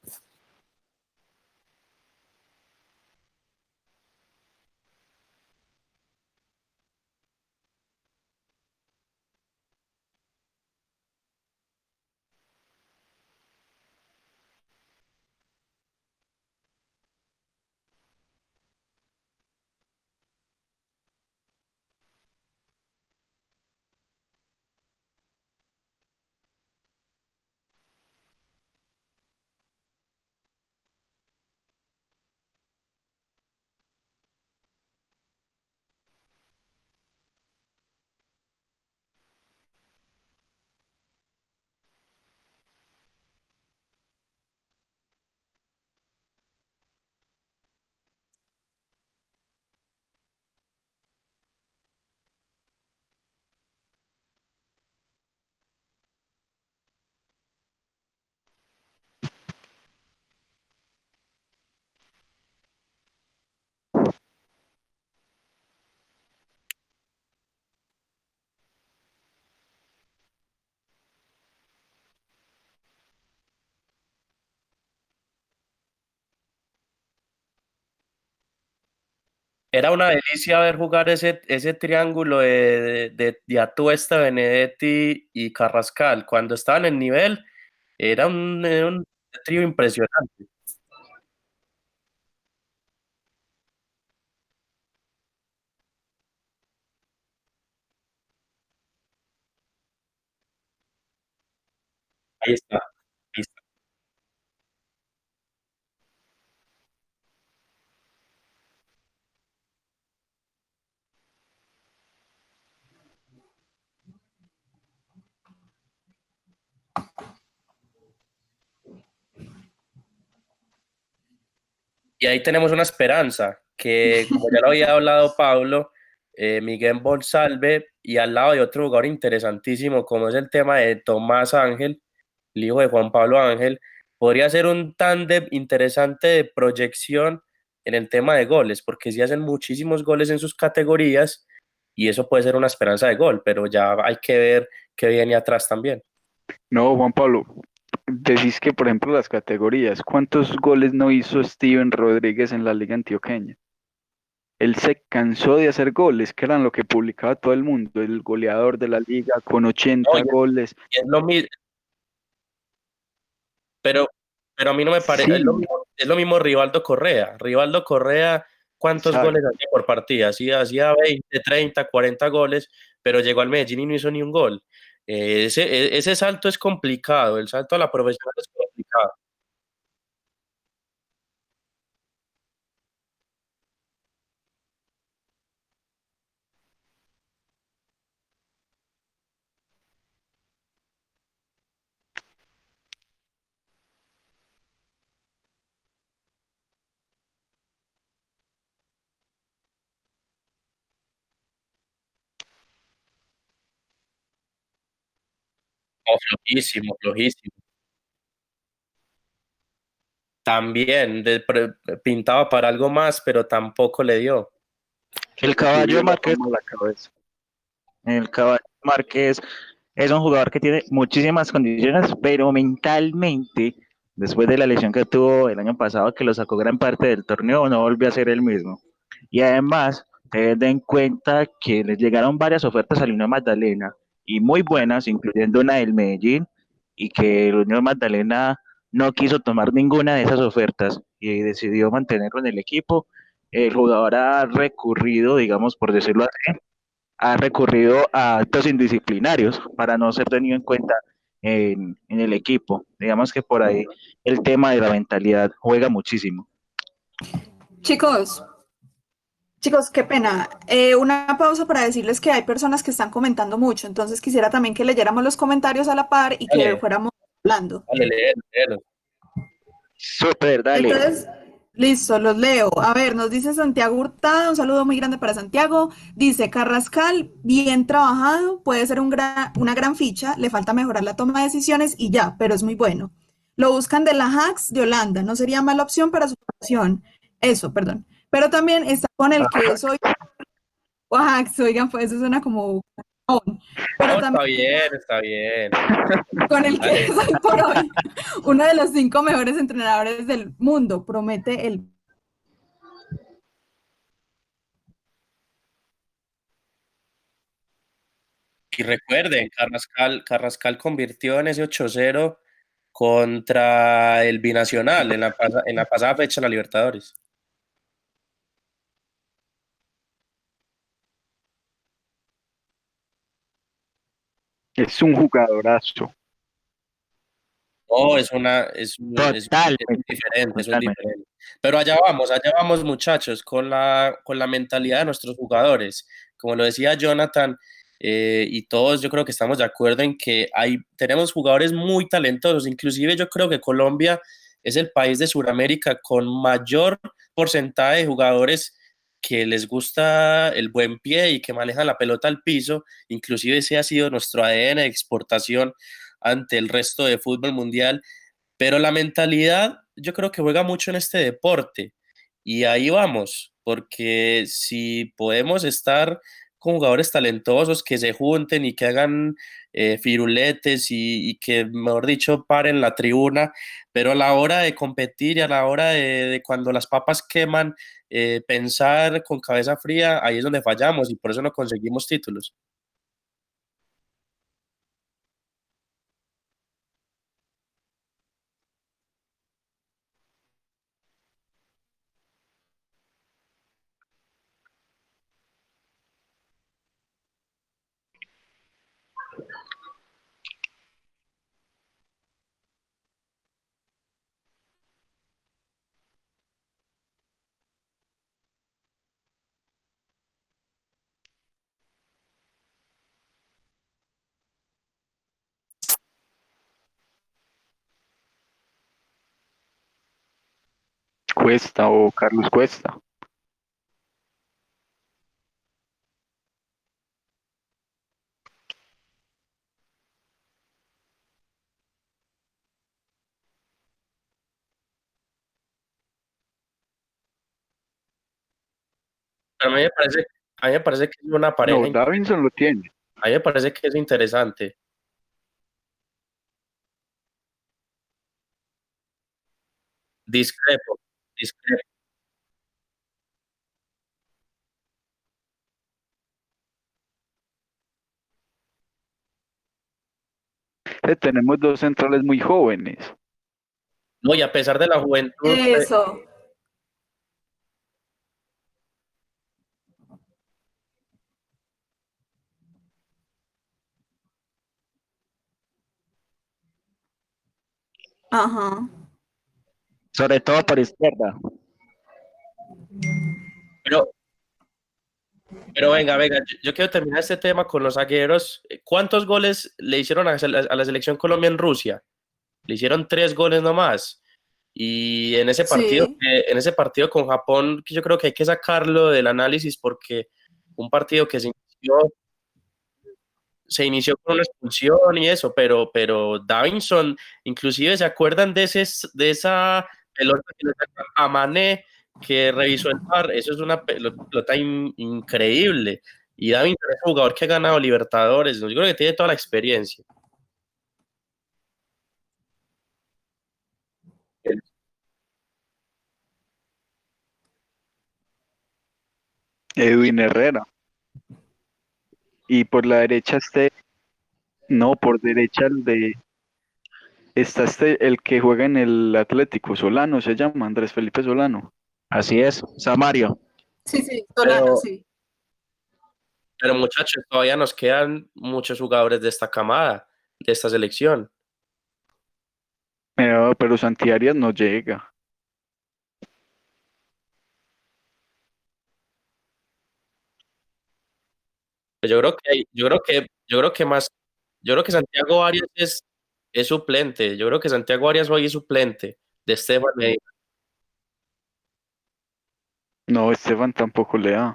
Era una delicia ver jugar ese triángulo de Atuesta, Benedetti y Carrascal. Cuando estaban en nivel, era un trío impresionante. Ahí está. Ahí está. Y ahí tenemos una esperanza, que como ya lo había hablado Pablo, Miguel Monsalve, y al lado de otro jugador interesantísimo, como es el tema de Tomás Ángel, el hijo de Juan Pablo Ángel, podría ser un tándem interesante de proyección en el tema de goles, porque sí hacen muchísimos goles en sus categorías y eso puede ser una esperanza de gol, pero ya hay que ver qué viene atrás también. No, Juan Pablo, decís que, por ejemplo, las categorías, ¿cuántos goles no hizo Steven Rodríguez en la Liga Antioqueña? Él se cansó de hacer goles, que eran lo que publicaba todo el mundo, el goleador de la liga con No, 80 goles. y es lo mismo, pero, pero a mí no me parece, Sí, es lo mismo Rivaldo Correa. Rivaldo Correa, ¿cuántos goles exacto. hacía por partida? Hacía 20, 30, 40 goles, pero llegó al Medellín y no hizo ni un gol. Ese salto es complicado, el salto a la profesional es complicado. Oh, flojísimo, flojísimo. También pintaba para algo más, pero tampoco le dio. El Le subió caballo la Márquez, fama a la cabeza. el caballo Márquez es un jugador que tiene muchísimas condiciones, pero mentalmente, después de la lesión que tuvo el año pasado, que lo sacó gran parte del torneo, no volvió a ser el mismo. Y además, ten en cuenta que les llegaron varias ofertas al Unión Magdalena y muy buenas, incluyendo una del Medellín, y que el Unión Magdalena no quiso tomar ninguna de esas ofertas y decidió mantenerlo en el equipo. El jugador ha recurrido, digamos, por decirlo así, ha recurrido a actos indisciplinarios para no ser tenido en cuenta en el equipo. Digamos que por ahí el tema de la mentalidad juega muchísimo. Chicos, chicos, qué pena. Una pausa para decirles que hay personas que están comentando mucho, entonces quisiera también que leyéramos los comentarios a la par y que Dale, fuéramos hablando. dale, léelo, léelo. Súper, dale. Entonces, listo, los leo. A ver, nos dice Santiago Hurtado, un saludo muy grande para Santiago. Dice, Carrascal, bien trabajado, puede ser una gran ficha, le falta mejorar la toma de decisiones y ya, pero es muy bueno. Lo buscan de la Hacks de Holanda, no sería mala opción para su formación. Eso, perdón. Pero también está con el que soy Hacks, oigan, pues eso suena como... Pero No, también está bien, está bien. con el que Dale. soy por hoy, uno de los 5 mejores entrenadores del mundo, promete el... Y recuerden, Carrascal convirtió en ese 8-0 contra el Binacional en la pasada fecha de la Libertadores. Es un jugadorazo. No, es un Totalmente, diferente, es un totalmente. diferente. Pero allá vamos muchachos, con la mentalidad de nuestros jugadores. Como lo decía Jonathan, y todos yo creo que estamos de acuerdo en que tenemos jugadores muy talentosos, inclusive yo creo que Colombia es el país de Sudamérica con mayor porcentaje de jugadores que les gusta el buen pie y que manejan la pelota al piso, inclusive ese ha sido nuestro ADN de exportación ante el resto de fútbol mundial, pero la mentalidad yo creo que juega mucho en este deporte y ahí vamos, porque si podemos estar con jugadores talentosos que se junten y que hagan firuletes y que, mejor dicho, paren la tribuna, pero a la hora de competir y a la hora de cuando las papas queman, pensar con cabeza fría, ahí es donde fallamos y por eso no conseguimos títulos. Cuesta o Carlos Cuesta. A mí me parece que es una pareja, No, Davinson lo tiene. a mí me parece que es interesante. Discrepo, discrepo. Tenemos dos centrales muy jóvenes. No, y a pesar de la juventud, Eso. Ajá. Sobre todo por izquierda. pero, pero venga, yo quiero terminar este tema con los zagueros. ¿Cuántos goles le hicieron a la selección Colombia en Rusia? Le hicieron 3 goles nomás. Y Sí. en ese partido con Japón, yo creo que hay que sacarlo del análisis porque un partido que se inició con una expulsión y eso, pero Davinson, inclusive se acuerdan de esa pelota que le saca a Mané, que revisó el VAR, eso es una pelota increíble. Y Davinson es un jugador que ha ganado Libertadores, yo creo que tiene toda la experiencia. Edwin Herrera. Y por la derecha no, por derecha está el que juega en el Atlético, Solano se llama, Andrés Felipe Solano. Así es, Samario. Sí, sí, Solano, Pero, sí. pero muchachos, todavía nos quedan muchos jugadores de esta camada, de esta selección. Pero Santiarias no llega. Yo creo que Santiago Arias es suplente. Yo creo que Santiago Arias hoy es suplente de Esteban Medina. No, Esteban tampoco le da.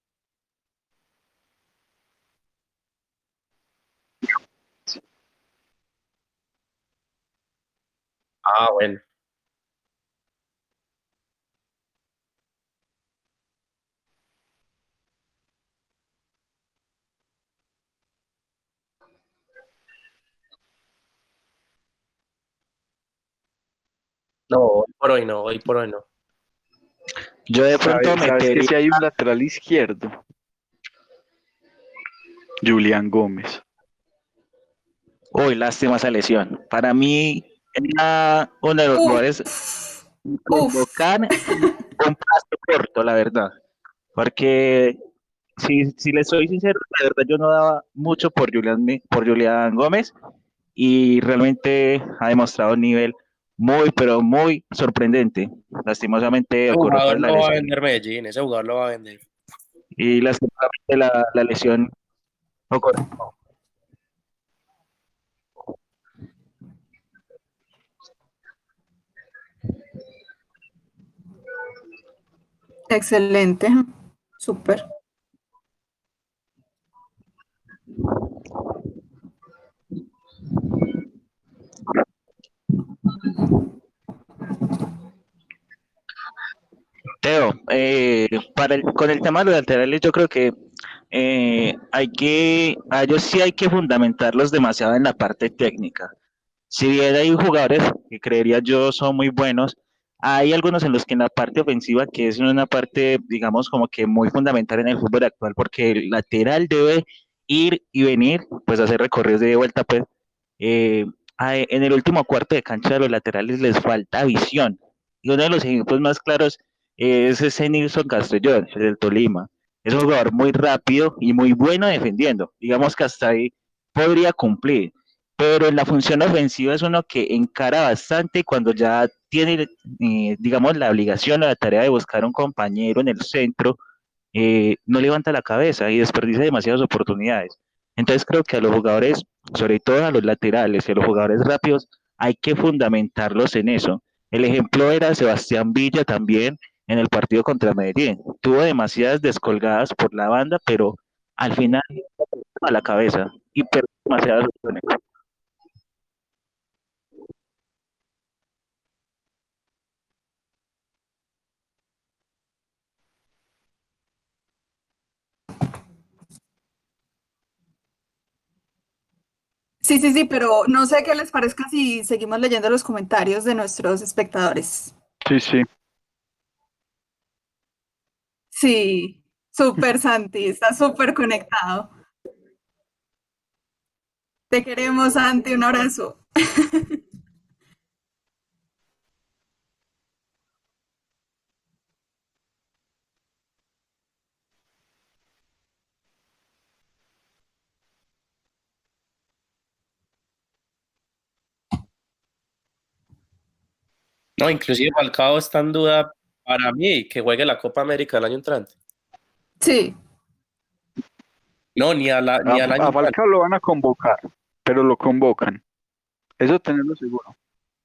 Ah, bueno. No, hoy por hoy no. Yo de pronto ¿Sabes que metería. si hay un lateral izquierdo? Julián Gómez. Uy, lástima esa lesión. Para mí era uno de los jugadores Uf. convocar un paso corto, la verdad. Porque si les soy sincero, la verdad yo no daba mucho por Julián Gómez y realmente ha demostrado un nivel muy, pero muy sorprendente. Lastimosamente Ese ocurrió jugador pues la lo va a lesión vender Medellín, ese jugador lo va a vender. y lastimosamente la lesión ocurrió. Excelente. Súper. Teo, con el tema de los laterales, yo creo que a ellos sí hay que fundamentarlos demasiado en la parte técnica. Si bien hay jugadores que creería yo son muy buenos, hay algunos en los que en la parte ofensiva, que es una parte, digamos, como que muy fundamental en el fútbol actual, porque el lateral debe ir y venir, pues hacer recorridos de vuelta, pues eh, en el último cuarto de cancha de los laterales les falta visión. Y uno de los ejemplos más claros es ese Nilson Castellón, el del Tolima. Es un jugador muy rápido y muy bueno defendiendo. Digamos que hasta ahí podría cumplir, pero en la función ofensiva es uno que encara bastante y cuando ya tiene, digamos, la obligación o la tarea de buscar un compañero en el centro, no levanta la cabeza y desperdicia demasiadas oportunidades. Entonces creo que a los jugadores, sobre todo a los laterales y a los jugadores rápidos, hay que fundamentarlos en eso. El ejemplo era Sebastián Villa también en el partido contra Medellín. Tuvo demasiadas descolgadas por la banda, pero al final a la cabeza y perdió demasiadas opciones. Sí, sí, sí, pero no sé qué les parezca si seguimos leyendo los comentarios de nuestros espectadores. Sí, sí. Sí, súper Santi, está súper conectado. Te queremos, Santi, un abrazo. No, inclusive Falcao está en duda para mí que juegue la Copa América el año entrante. Sí. No, ni al año A entrante. Falcao lo van a convocar, pero lo convocan. Eso tenerlo seguro.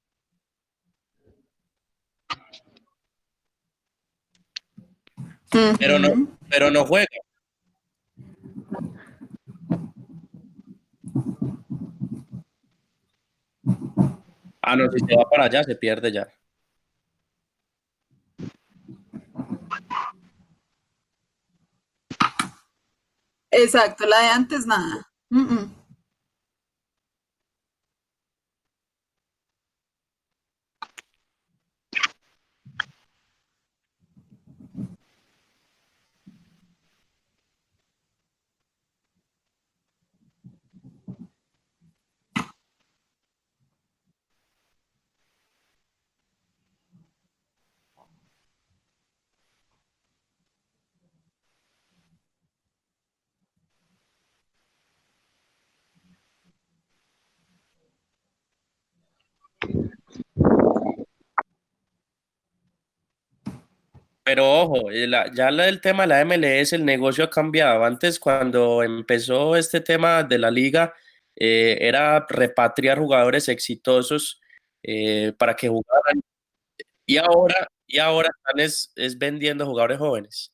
Pero no, Ujú. pero no juega. Ah, no, si se va para allá, se pierde ya. Exacto, la de antes nada. Pero ojo, el tema de la MLS, el negocio ha cambiado. Antes, cuando empezó este tema de la liga, era repatriar jugadores exitosos para que jugaran. Y ahora están es vendiendo jugadores jóvenes.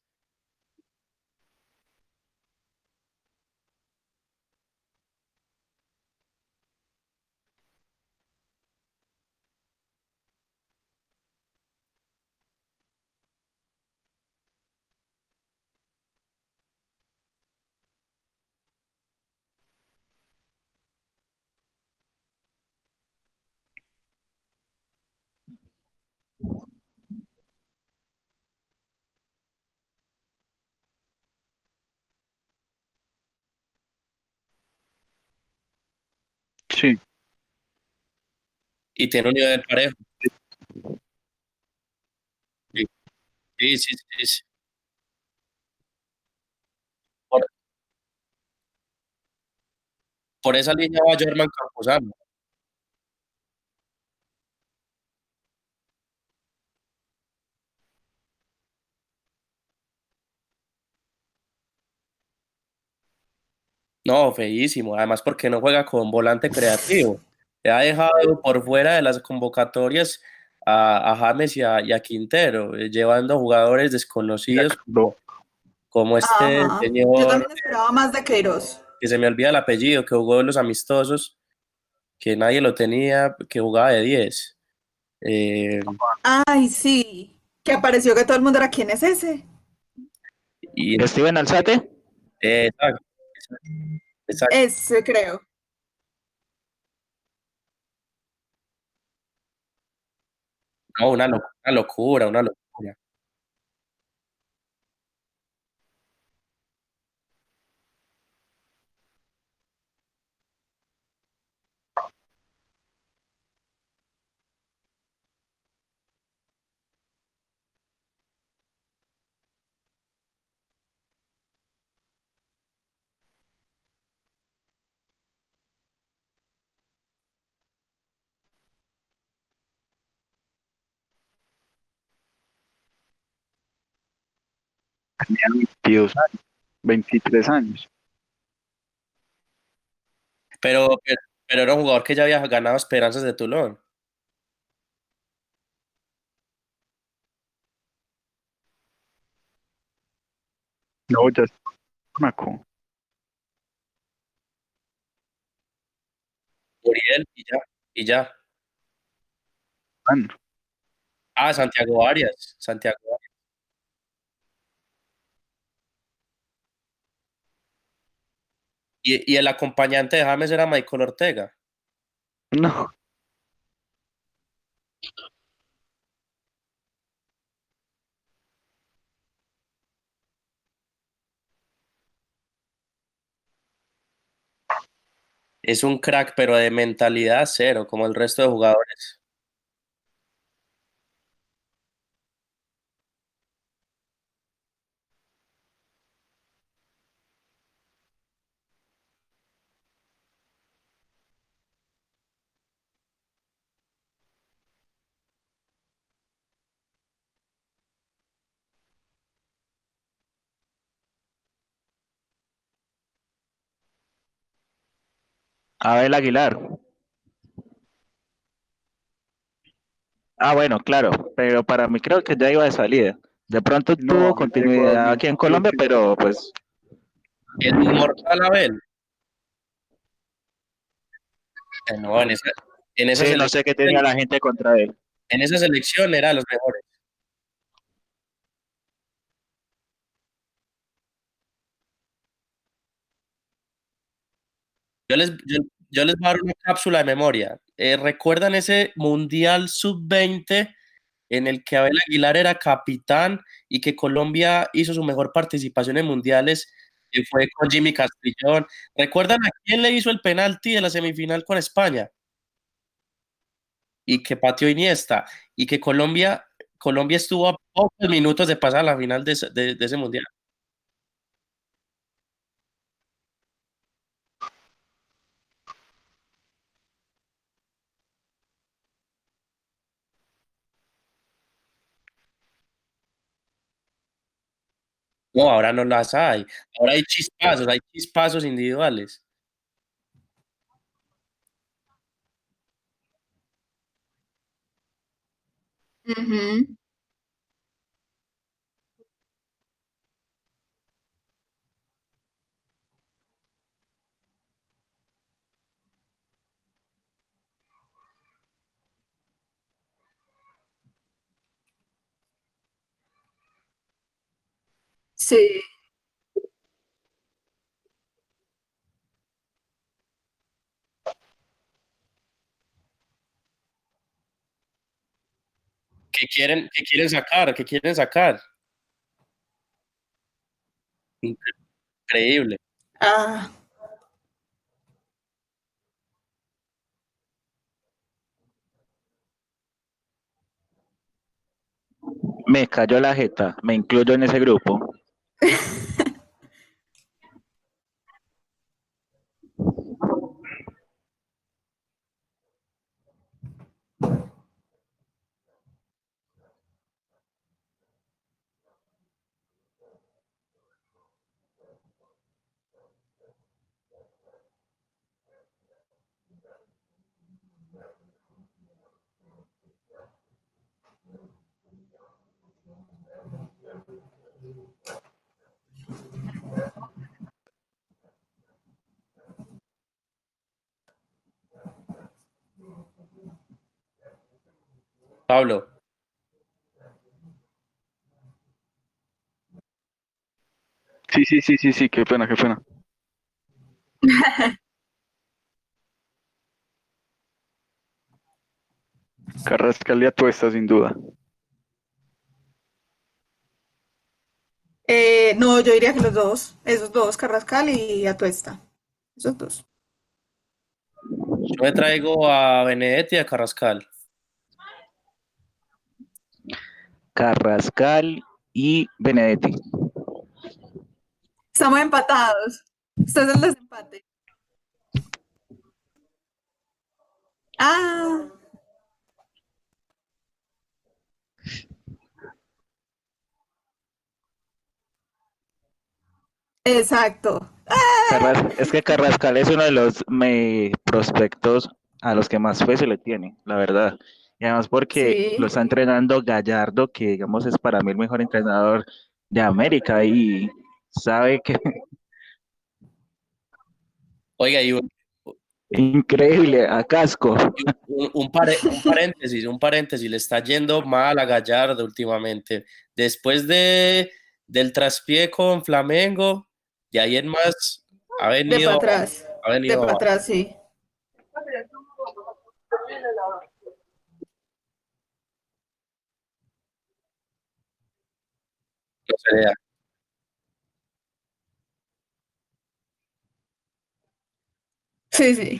Sí, Y tiene un nivel parejo. Sí, sí, sí, sí, sí. Por, por esa línea va Germán Campuzano. No, feísimo. Además, porque no juega con volante creativo. Le ha dejado por fuera de las convocatorias a James y a Quintero, llevando jugadores desconocidos exacto. como este Ajá. Yo señor, también esperaba más de Queiroz. que se me olvida el apellido, que jugó en los amistosos, que nadie lo tenía, que jugaba de 10. Eh, Ay, sí. Que apareció que todo el mundo era, ¿quién es ese? y Steven Alzate, Exacto, exacto. Ese creo. No, una locura, una locura. Tenía 22 años, 23 años. Pero era un jugador que ya había ganado Esperanzas de Toulon. No, ya es Mónaco. Muriel y ya, y ya. Bueno, Ah, Santiago Arias, Santiago Arias. Y el acompañante de James era Michael Ortega. no, Es un crack, pero de mentalidad cero, como el resto de jugadores. Abel Aguilar. Ah, bueno, claro, pero para mí creo que ya iba de salida. De pronto no, tuvo Abel llegó a continuidad aquí en creo Colombia, que pero pues El inmortal Abel. No, en esa sí, no sé qué tenía selección, la gente contra él. en esa selección era de los mejores. Yo les voy a dar una cápsula de memoria. ¿Recuerdan ese Mundial Sub-20 en el que Abel Aguilar era capitán y que Colombia hizo su mejor participación en mundiales, que fue con Jimmy Castrillón? ¿Recuerdan a quién le hizo el penalti de la semifinal con España? Y que pateó Iniesta, y que Colombia estuvo a pocos minutos de pasar a la final de ese mundial. No, ahora no las hay. Ahora hay chispazos individuales. Ujú. Sí, Que quieren sacar. Increíble. ah, Me cayó la jeta, me incluyo en ese grupo. Pablo, Sí, qué pena, qué pena. Carrascal y Atuesta, sin duda. No, yo diría que los dos, esos dos, Carrascal y Atuesta, esos dos. Yo me traigo a Benedetti y a Carrascal. Carrascal y Benedetti. Estamos empatados. Este es el desempate. Ah, exacto. Es que Carrascal es uno de los prospectos a los que más fe se le tiene, la verdad. Y además porque lo Sí, está entrenando Gallardo, que digamos es para mí el mejor entrenador de América y sabe que Oiga, increíble, a casco. un paréntesis, le está yendo mal a Gallardo últimamente. Después del traspié con Flamengo, de ahí en más ha de para venido, atrás. ha De venido para abajo. atrás, sí. No se le da. Sí, sí.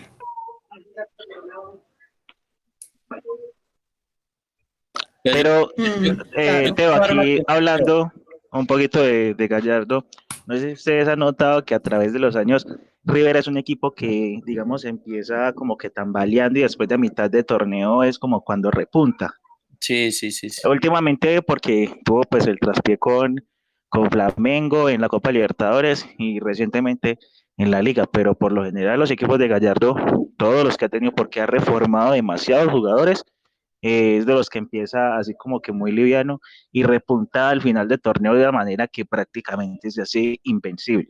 Entonces, Pero, yo Claro. Teo, quiero dar una aquí conclusión. hablando un poquito de Gallardo, no sé si ustedes han notado que a través de los años River es un equipo que, digamos, empieza como que tambaleando y después de mitad de torneo es como cuando repunta. Sí, sí, sí, sí. Últimamente porque tuvo pues el traspié con Flamengo en la Copa Libertadores y recientemente en la Liga, pero por lo general los equipos de Gallardo, todos los que ha tenido porque ha reformado demasiados jugadores, es de los que empieza así como que muy liviano y repunta al final del torneo de una manera que prácticamente se hace invencible.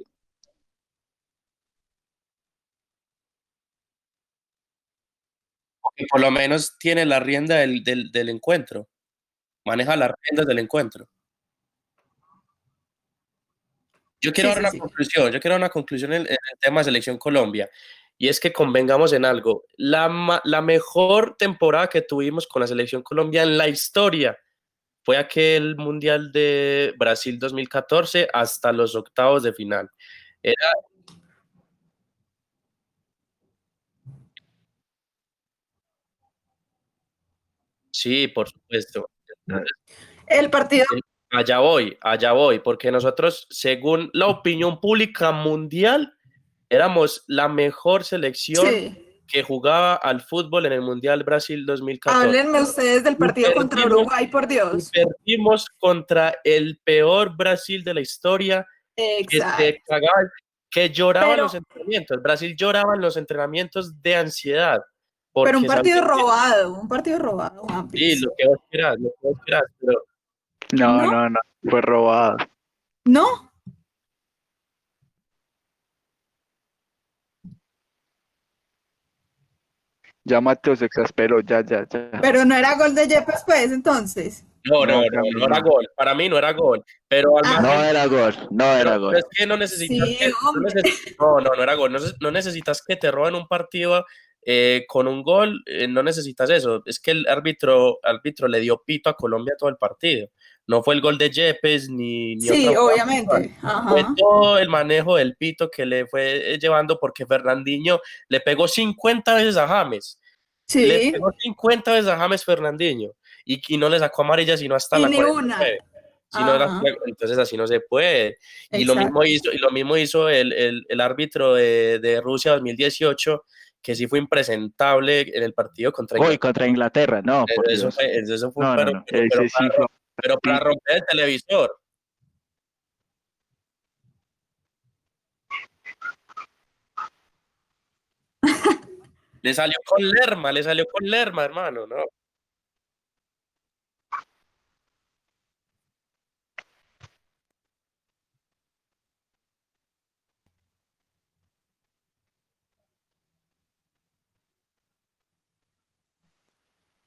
Que por lo menos tiene la rienda del encuentro, maneja las riendas del encuentro. Sí, sí, sí. Yo quiero dar una conclusión en el tema de Selección Colombia, y es que convengamos en algo, la mejor temporada que tuvimos con la Selección Colombia en la historia fue aquel Mundial de Brasil 2014 hasta los octavos de final. Era, sí, por supuesto. El partido, Allá voy, porque nosotros, según la opinión pública mundial, éramos la mejor selección sí. que jugaba al fútbol en el Mundial Brasil 2014. Háblenme ustedes del Y partido contra perdimos, Uruguay, por y Dios. perdimos contra el peor Brasil de la historia, que se Exacto. cagaba, que lloraba en Pero, los entrenamientos. Brasil lloraba en los entrenamientos de ansiedad, pero porque sabía que un partido robado, sí, Juanpis. lo que vos quieras, pero No, ¿No? no, no, fue robado. ¿No? Ya Mateo se exasperó, ya. Pero no era gol de Yepes, pues, entonces. No, Cami, no era no. gol. Para mí no era gol. Pero al No Ah, margen, era gol, no era pero gol. es que no necesitas sí, que, hombre. no era gol. No necesitas que te roben un partido con un gol, no necesitas eso. Es que el árbitro le dio pito a Colombia todo el partido. No fue el gol de Yepes ni otra Sí, jugada puntual. obviamente. Fue Ajá. todo el manejo del pito que le fue llevando porque Fernandinho le pegó 50 veces a James. Le Sí. pegó 50 veces a James Fernandinho y no le sacó amarilla sino hasta Y la ni una. 49. Si no era, Ajá. entonces así no se puede. Exacto. Y lo mismo hizo el árbitro de Rusia 2018, que sí fue impresentable en el partido contra Uy, Inglaterra. contra Inglaterra, no, por Dios. Eso fue No, no, no. Ese sí fue. pero para romper el televisor. Le salió con Lerma, hermano, ¿no?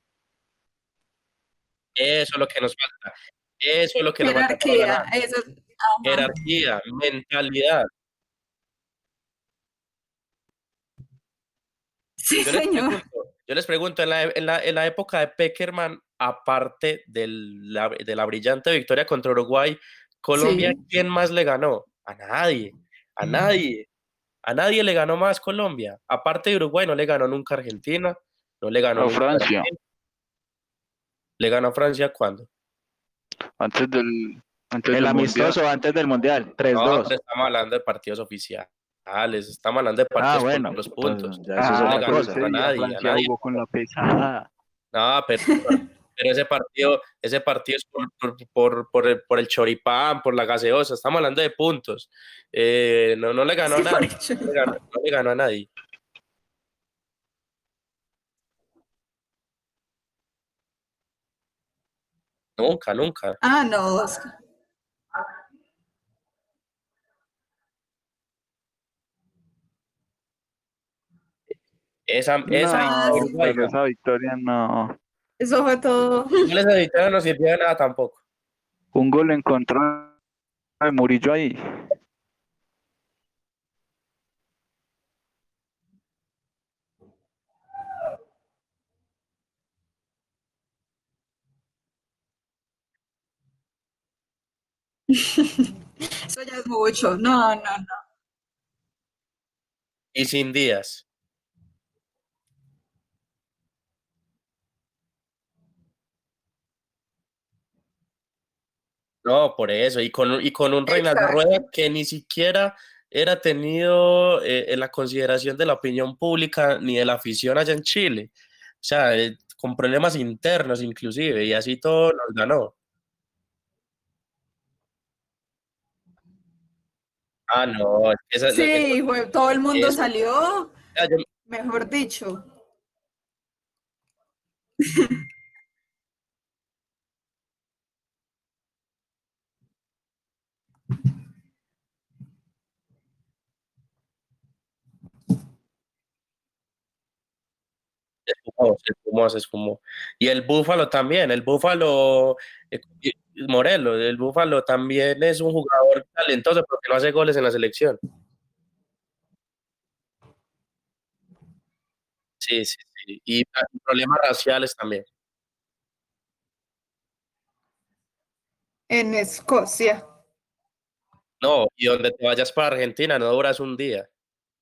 Eso es lo que nos falta. Eso es lo que nos falta para Jerarquía. ganar. Eso, jerarquía, mentalidad. Sí, Yo les señor. pregunto, yo les pregunto, en la época de Peckerman, aparte de la brillante victoria contra Uruguay, Colombia, Sí. ¿quién más le ganó? A nadie, a nadie, a nadie le ganó más Colombia. Aparte de Uruguay, no le ganó nunca Argentina, no le ganó A nunca Francia, Brasil. ¿Le ganó a Francia cuándo? antes del, antes El del Mundial. amistoso antes del Mundial, tres No, pero dos. estamos hablando de partidos oficiales, estamos hablando de Ah, partidos por bueno, los pues puntos. ya eso es No le Ah, otra ganó pero ese cosa. a día nadie, a Francia nadie. jugó con la pesada. No, pero ese partido es por el choripán, por la gaseosa. Estamos hablando de puntos. No le ganó a Sí, por nadie. hecho. No le ganó a nadie. Nunca, nunca. Ah, no, Oscar. Esa Ah, No, sí. Uruguay pero no. esa victoria no. Eso fue todo. Igual esa victoria no sirvió de nada tampoco. Un gol en contra de Murillo ahí. Eso ya es mucho. No, no, no. Y sin Díaz. No, por eso. Y con un Reinaldo Exacto. Rueda que ni siquiera era tenido en la consideración de la opinión pública ni de la afición allá en Chile. O sea, con problemas internos inclusive, y así todo nos ganó. Ah, no, Sí, todo el mundo eso, salió, ah, yo- mejor dicho. se esfumó. Y el Búfalo también, el Búfalo, Morelos, el Búfalo también es un jugador talentoso porque no hace goles en la selección. Sí, sí, sí. Y problemas raciales también. En Escocia. No, y donde te vayas para Argentina no duras un día.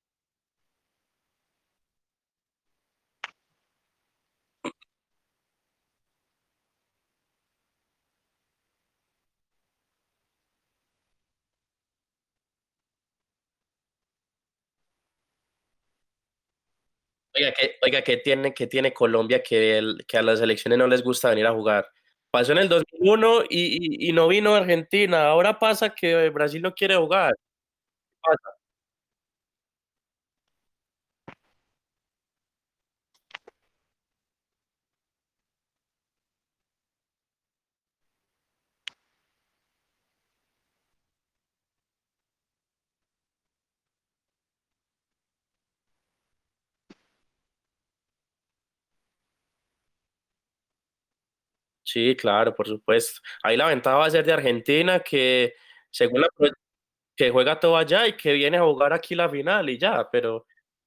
Oiga, ¿qué tiene Colombia que a las elecciones no les gusta venir a jugar? Pasó en el 2001 y no vino Argentina. Ahora pasa que Brasil no quiere jugar. Pasa. Sí, claro, por supuesto. Ahí la ventaja va a ser de Argentina, que según que juega todo allá y que viene a jugar aquí la final y ya, pero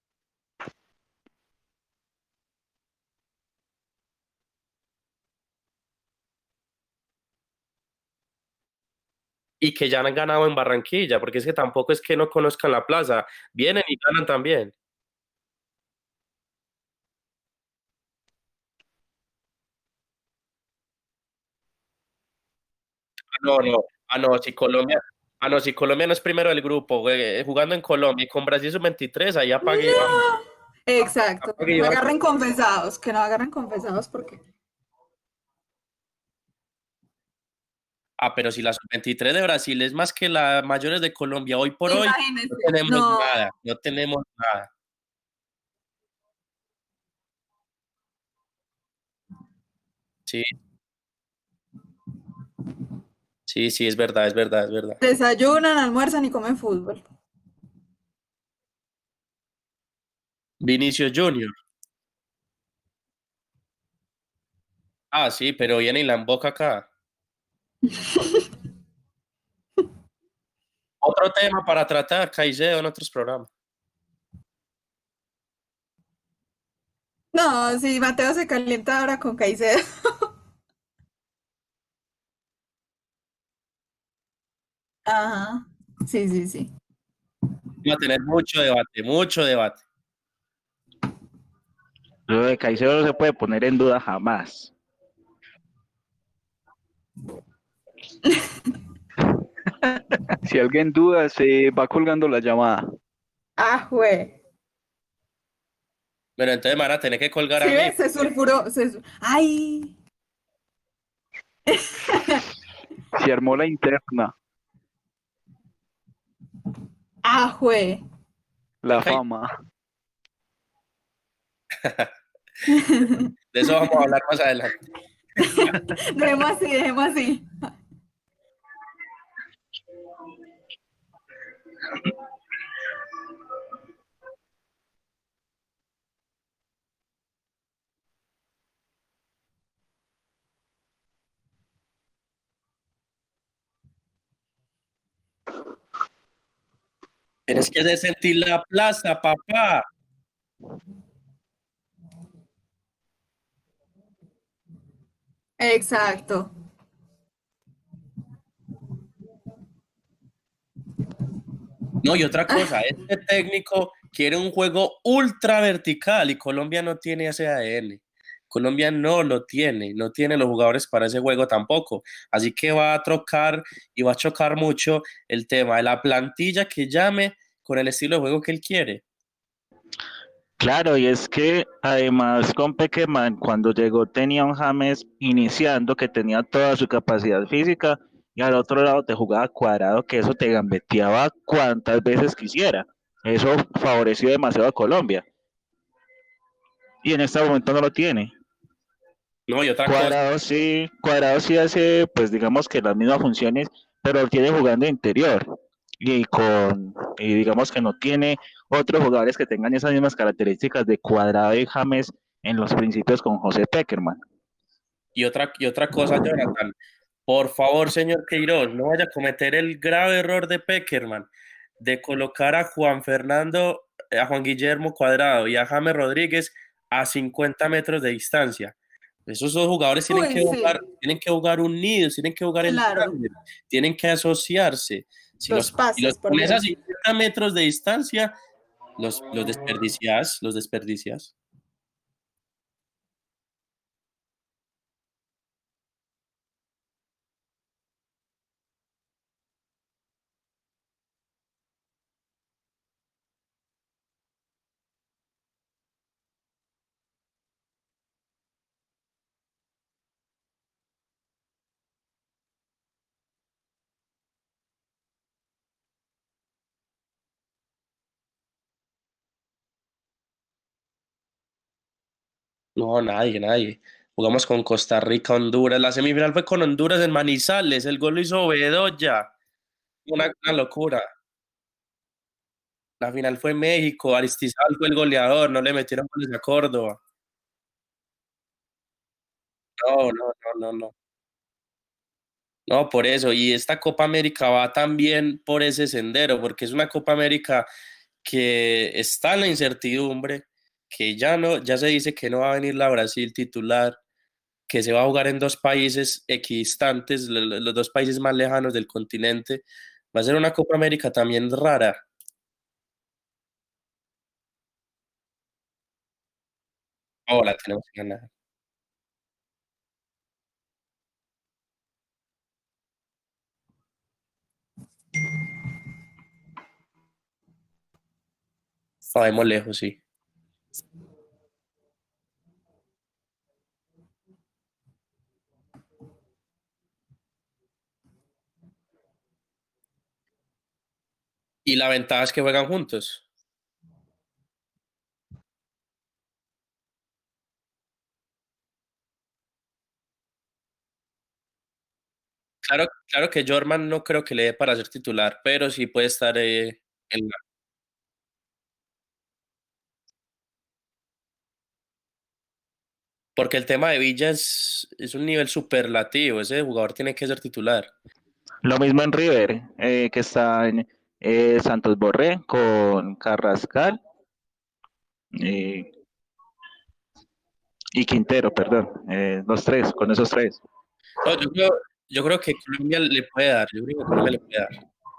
y que ya han ganado en Barranquilla, porque es que tampoco es que no conozcan la plaza, vienen y ganan también. No, no. Si Colombia no es primero del grupo, jugando en Colombia y con Brasil sub-23, ahí apague y vamos, No. Exacto, que apague no y me vamos. agarren confesados, que no me agarren confesados porque, Pero si la sub-23 de Brasil es más que las mayores de Colombia hoy por hoy, no imagínense, tenemos no, nada, no tenemos nada. Sí, sí, sí, es verdad, es verdad, es verdad. desayunan, almuerzan y comen fútbol. Vinicius Junior. Ah, sí, pero viene y la emboca acá. Otro tema para tratar, Caicedo, en otros programas. No, sí, Mateo se calienta ahora con Caicedo. Ajá. Sí, sí, sí. Vamos a tener mucho debate, mucho debate. Lo de Caicedo no se puede poner en duda jamás. Si alguien duda, se va colgando la llamada. Ah, güey. Pero entonces me van a tener que colgar Sí, a mí. ves, se sulfuró. Ay. Se armó la interna, Ah, güey. la fama. De eso vamos a hablar más adelante. Dejemos así, dejemos así. Tienes que hacer sentir la plaza, papá. Exacto. No, y otra cosa, este técnico quiere un juego ultra vertical y Colombia no tiene ese ADN. Colombia no lo tiene, no tiene los jugadores para ese juego tampoco. Así que va a trocar y va a chocar mucho el tema de la plantilla que llame con el estilo de juego que él quiere. Claro, y es que además con Pequeman, cuando llegó tenía un James iniciando que tenía toda su capacidad física y al otro lado te jugaba Cuadrado, que eso te gambeteaba cuantas veces quisiera. Eso favoreció demasiado a Colombia y en este momento no lo tiene. No, y otra cosa, Cuadrado sí hace, pues digamos que las mismas funciones, pero lo tiene jugando de interior y digamos que no tiene otros jugadores que tengan esas mismas características de Cuadrado y James en los principios con José Peckerman. y otra cosa, Jonathan. Por favor, señor Queiroz, no vaya a cometer el grave error de Peckerman de colocar a Juan Fernando, a Juan Guillermo Cuadrado y a James Rodríguez a 50 metros de distancia. Esos dos jugadores Uy, sí. tienen que jugar unidos, tienen que jugar en Claro. tándem, tienen que asociarse. Los Si los pases, por pones a ejemplo. 50 metros de distancia, los desperdicias, los desperdicias. No, nadie, nadie. Jugamos con Costa Rica, Honduras. La semifinal fue con Honduras en Manizales. El gol lo hizo Bedoya. Una locura. La final fue México. Aristizábal fue el goleador. No le metieron goles a Córdoba. No, no, no, no, no. No, por eso. Y esta Copa América va también por ese sendero, porque es una Copa América que está en la incertidumbre, que ya no, ya se dice que no va a venir la Brasil titular, que se va a jugar en dos países equidistantes, los dos países más lejanos del continente. Va a ser una Copa América también rara. Ahora tenemos que ganar. Sabemos lejos, sí. Y la ventaja es que juegan juntos. Claro, claro que Jorman no creo que le dé para ser titular, pero sí puede estar en la... Porque el tema de Villa es un nivel superlativo. Ese jugador tiene que ser titular. Lo mismo en River, que están Santos Borré con Carrascal eh, y Quintero, perdón. Los tres, con esos tres. No, yo creo que Colombia le puede dar, yo creo que Colombia le puede dar.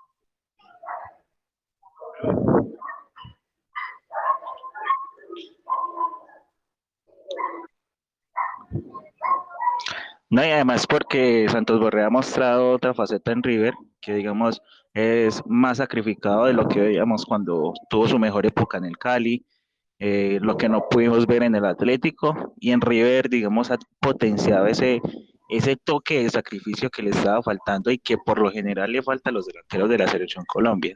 No, y además porque Santos Borré ha mostrado otra faceta en River, que digamos es más sacrificado de lo que veíamos cuando tuvo su mejor época en el Cali, lo que no pudimos ver en el Atlético, y en River, digamos, ha potenciado ese toque de sacrificio que le estaba faltando y que por lo general le falta a los delanteros de la Selección Colombia.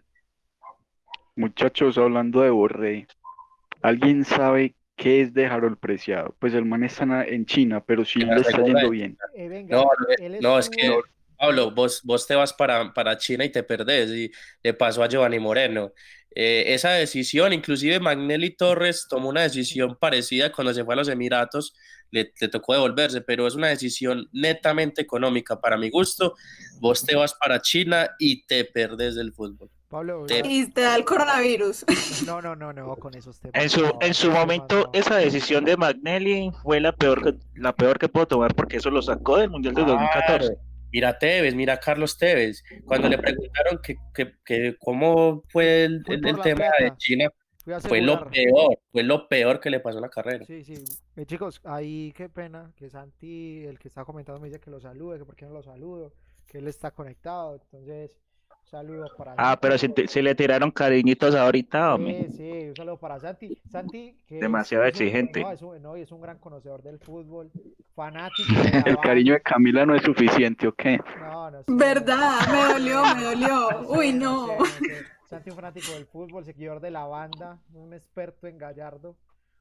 Muchachos, hablando de Borré, ¿alguien sabe qué es de Harold Preciado? Pues el man está en China, pero sí En la le está segunda yendo de bien. No, Venga, él no, es estuvo, que, Pablo, vos te vas para China y te perdés, y le pasó a Giovanni Moreno. Esa decisión, inclusive Magnelli Torres tomó una decisión parecida cuando se fue a los Emiratos, le tocó devolverse, pero es una decisión netamente económica. Para mi gusto, vos te vas para China y te perdés del fútbol. Pablo, Te- Y te da el coronavirus. no, con esos temas En su, no, en su esos temas momento, no. esa decisión de Magnelli fue la peor que puedo tomar porque eso lo sacó del Mundial de Claro. 2014. Mira Tevez, mira a Carlos Tevez. Cuando le preguntaron que cómo fue Fui por el la tema de plata, China, fui a fue asegurar. fue lo peor que le pasó en la carrera. Sí, sí. Chicos, ahí qué pena que Santi, el que está comentando, me dice que lo salude, que por qué no lo saludo, que él está conectado. Entonces, un saludo para Ah, Santi. pero si le tiraron cariñitos ahorita, hombre. Sí, sí, un saludo para Santi. Santi, que Demasiado es un, exigente. no, es un gran conocedor del fútbol, fanático de la El cariño de banda. Camila no es suficiente, ¿o qué? No, no sé, ¿Verdad? Me no dolió, me sé, dolió. Uy, no. no sé. Santi, un fanático del fútbol, seguidor de la banda, un experto en Gallardo.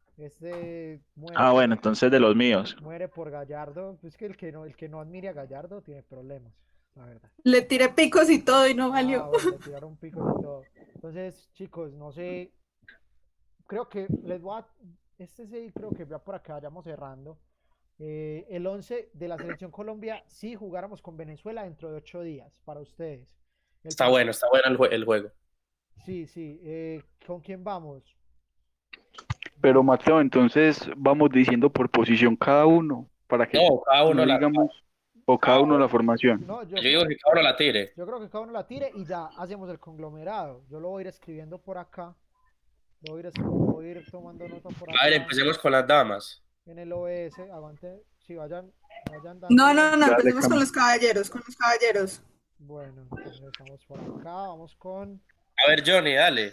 Este Ah, bueno, entonces de los míos. muere por Gallardo. Es que el que no admire a Gallardo tiene problemas, la verdad. Le tiré picos y todo y no Ah, valió. bueno, le tiraron picos y todo. Entonces, chicos, no sé, creo que les voy a, este sí creo que ya por acá vayamos cerrando. El 11 de la selección Colombia, si jugáramos con Venezuela dentro de 8 días, para ustedes. Está bueno el juego. Sí, sí. ¿Con quién vamos? Pero Mateo, entonces vamos diciendo por posición cada uno, para que No, cada uno no digamos, o cada cada uno uno- la formación. No, yo digo que cada uno la tire. yo creo que cada uno la tire y ya hacemos el conglomerado. Yo lo voy a ir escribiendo por acá. Voy a ir tomando nota por A ver, acá. empecemos con las damas. En el OS, aguante. Sí, vayan No, dándole. no, no, Dale, empecemos con Cami. los caballeros, con los caballeros. Bueno, entonces estamos por acá. Vamos con. A ver, Johnny, dale.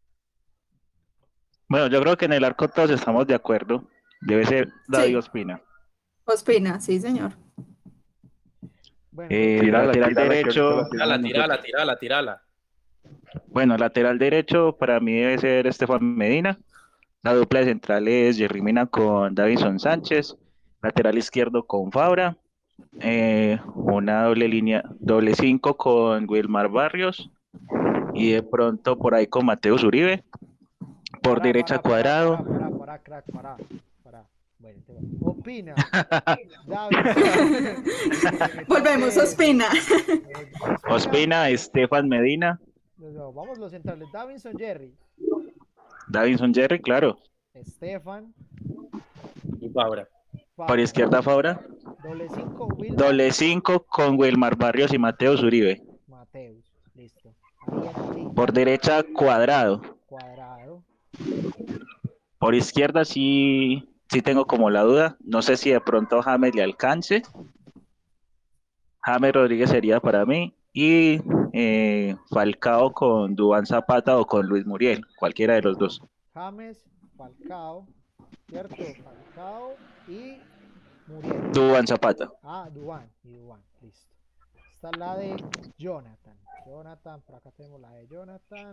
Bueno, yo creo que en el arco todos estamos de acuerdo. Debe ser David Sí, Ospina. Ospina, sí, señor. Bueno, yo Tírala, Lateral tírala, que ahorita derecho. la tiramos nosotros. Tírala. Bueno, lateral derecho para mí debe ser Estefan Medina. La dupla de centrales Jerry Mina con Davinson Sánchez. Lateral izquierdo con Fabra. Una doble línea, doble 5 con Wilmar Barrios. Y de pronto por ahí con Mateus Uribe. Por derecha Cuadrado. crack, para. Bueno, Opina. David. Volvemos, Ospina. Ospina, Estefan Medina. No, vamos los centrales. Davinson Jerry. Davinson Jerry, claro. Estefan. Y Fabra. Por izquierda Fabra. Doble 5, Wilmar. Doble 5 con Wilmar Barrios y Mateus Uribe. Mateus. Listo. Ahí en línea. Por derecha Cuadrado. Cuadrado. Por izquierda sí tengo como la duda. No sé si de pronto James le alcance. James Rodríguez sería para mí. Y Falcao con Duván Zapata o con Luis Muriel. Cualquiera de los dos. James, Falcao. ¿Cierto? Falcao y Muriel. Duván Zapata. Ah, Duván. Listo. Esta es la de Jonathan. Por acá tenemos la de Jonathan.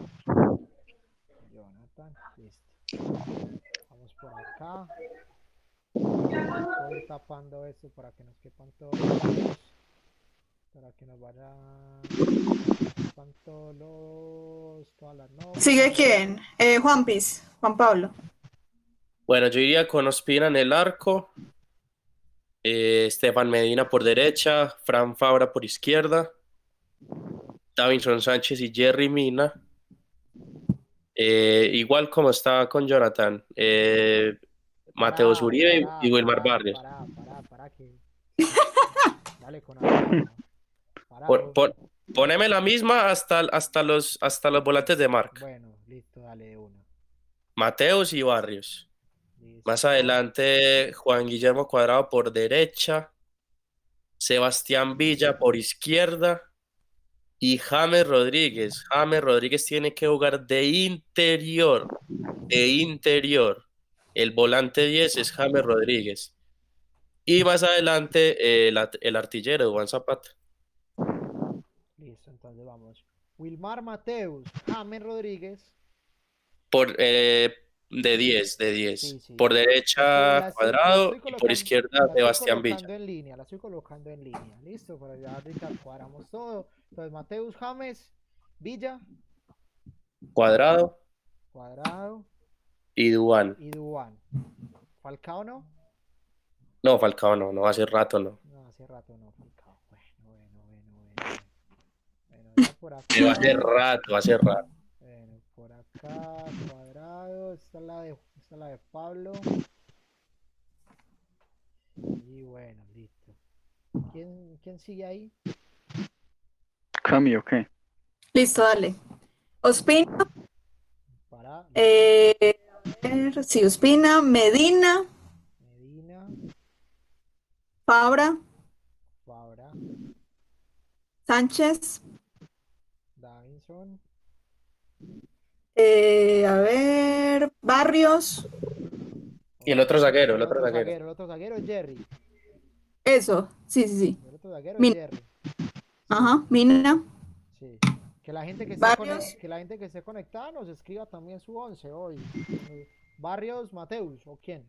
Listo. Vamos por acá. Voy tapando esto para que nos quepan todos. Para que nos vayan. Todas las notas. ¿Sigue quién? Juan Pablo. Bueno, yo iría con Ospina en el arco. Estefan Medina por derecha. Fran Fabra por izquierda. Davinson Sánchez y Jerry Mina. Igual como estaba con Jonathan, Mateus Pará, Uribe pará, y Wilmar pará, Barrios. pará, que... Dale con calma. Pará, Pon- pon- Poneme la misma hasta los volantes de marca. Bueno, listo, dale de una. Mateus y Barrios. Más Listo. adelante, Juan Guillermo Cuadrado por derecha, Sebastián Villa por izquierda y James Rodríguez. James Rodríguez tiene que jugar de interior, de interior. El volante 10 es James Rodríguez. Y más adelante, el artillero, Juan Zapata. Listo, entonces vamos. Wilmar Mateus, James Rodríguez. De 10, de 10. Sí, sí. Por Porque derecha, la Cuadrado, estoy y por colocando, izquierda, la estoy Sebastián Villa. colocando en línea, la estoy colocando en línea. Listo, pero ya ahorita cuadramos todo. Entonces, Mateus, James, Villa, Cuadrado Cuadrado y Duván. y Duván. Falcao no. No, Falcao no, hace rato no. No, hace rato no, Falcao. Bueno, ya por acá. Pero hace rato, hace rato. Bueno, por acá, Cuadrado. Esta es la de Pablo. Y bueno, listo. ¿Quién sigue ahí? Cami, ok. Listo, dale. Ospina, Para a ver, sí, Ospina, Medina, Medina, Fabra, Fabra, Sánchez, Davinson, a ver, Barrios, Y el otro zaguero, el otro zaguero es Jerry. eso, sí, sí, sí. El otro zaguero es Mina, Jerry. ajá, Mina, Sí. Que la gente que Barrios, que la gente que esté conectada nos escriba también su 11 hoy. Barrios Mateus, ¿o quién?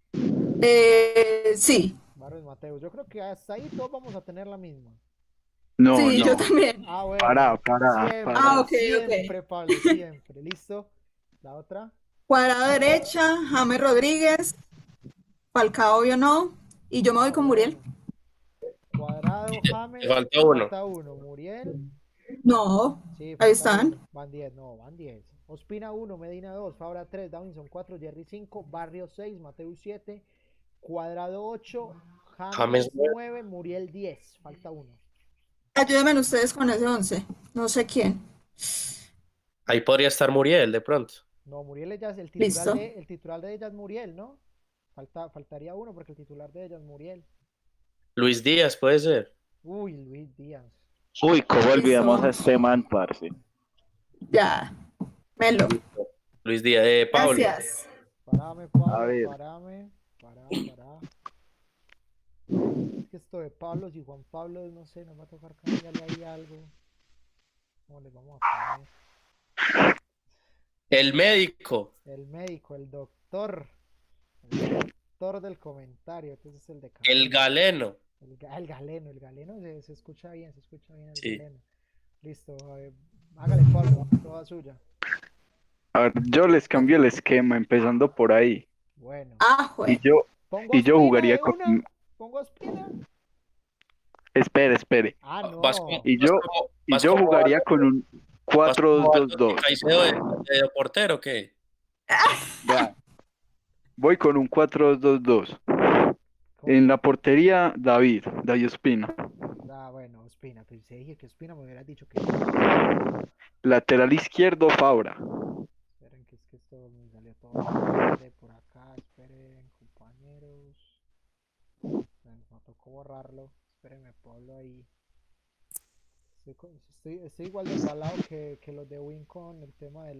sí, Barrios Mateus. Yo creo que hasta ahí todos vamos a tener la misma. No, sí, yo no. también. Ah, bueno. Para. Siempre, Ah, ok, siempre, Pablo, siempre. ¿Listo? La otra. Cuadrado derecha, James Rodríguez, Falcao, obvio no, y yo me voy Ah, con Muriel. bueno. Cuadrado, Te James. falta uno. Falta uno. Muriel. No, Sí, ahí falta están. uno. Van 10, no, van 10. Ospina 1, Medina 2, Fabra 3, Davinson 4, Jerry 5, Barrio 6, Mateus 7, Cuadrado 8, James James 9. 9, Muriel 10. Falta uno. Ayúdenme ustedes con ese 11, no sé quién. Ahí podría estar Muriel de pronto. No, Muriel es ya el titular Listo. el titular de ella es Muriel, ¿no? Faltaría uno porque el titular de ella es Muriel. Luis Díaz puede ser. Uy, Luis Díaz. Uy, cómo olvidamos a Listo. este man, parce. Ya, Melo. Luis Díaz. Pablo. Gracias. Parame, Pablo, A ver. parame. Pará. Es que esto de Pablos y Juan Pablo, no sé, nos va a tocar cambiarle ahí algo. ¿Cómo le vamos a poner? El médico. El médico, el doctor. El doctor del comentario. Entonces es el de El Camilo. galeno. El galeno se escucha bien el Sí. galeno. Listo, hágale Pablo, toda suya. A ver, yo les cambio el esquema, empezando por ahí. Bueno, Ah, Y jue. yo, pongo y yo Ospina jugaría de con. una. Pongo Ospina. Espere. Ah, no. Vas como, Y vas yo, como- y vas yo como jugaría Aldo- con un vas como Aldo 4-2-2-2. Caicedo de portero, ¿o qué? Vea, voy con un 4-2-2-2. ¿Cómo? En la portería, David Ospina. Ah, bueno, Ospina, pues si dije que Ospina me hubieras dicho que. Lateral izquierdo, Fabra. Esperen, que es que esto me salió todo verde por acá. Esperen, compañeros. Me tocó borrarlo. Espérenme, Pablo ahí. Estoy igual de embalado que los de Win con el tema de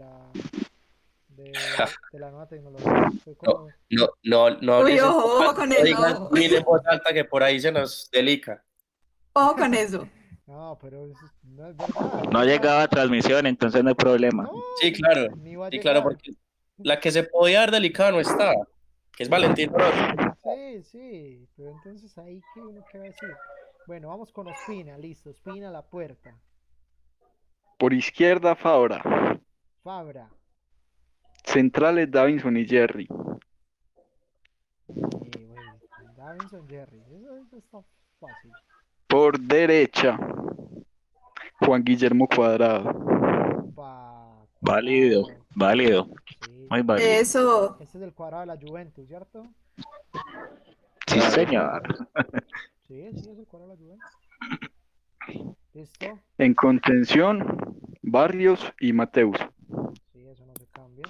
la nueva tecnología. Estoy como. No Uy, hables en voz ojo alta, con no eso. digas Win en voz alta que por ahí se nos delica. Ojo con eso. No, pero no es verdad. No llegaba a transmisión, entonces no hay problema. No, Sí, claro. ni va a Sí, claro, llegar. porque la que se podía dar delicada no está, que es Valentín Orozco. Sí, pero entonces ahí que uno qué va a decir. Bueno, vamos con Ospina, listo, Ospina a la puerta. Por izquierda, Fabra. Fabra, Centrales, Davinson y Jerry. bueno, Davinson, Jerry, eso está fácil. Por derecha, Juan Guillermo Cuadrado. Opa, Válido, Cuadrado. válido, Sí. muy válido. Eso. Este es el cuadrado de la Juventus, ¿cierto? Sí, Claro. señor. Sí, sí, es el cuadrado de la Juventus. ¿Listo? En contención, Barrios y Mateus. Sí, eso no se cambia.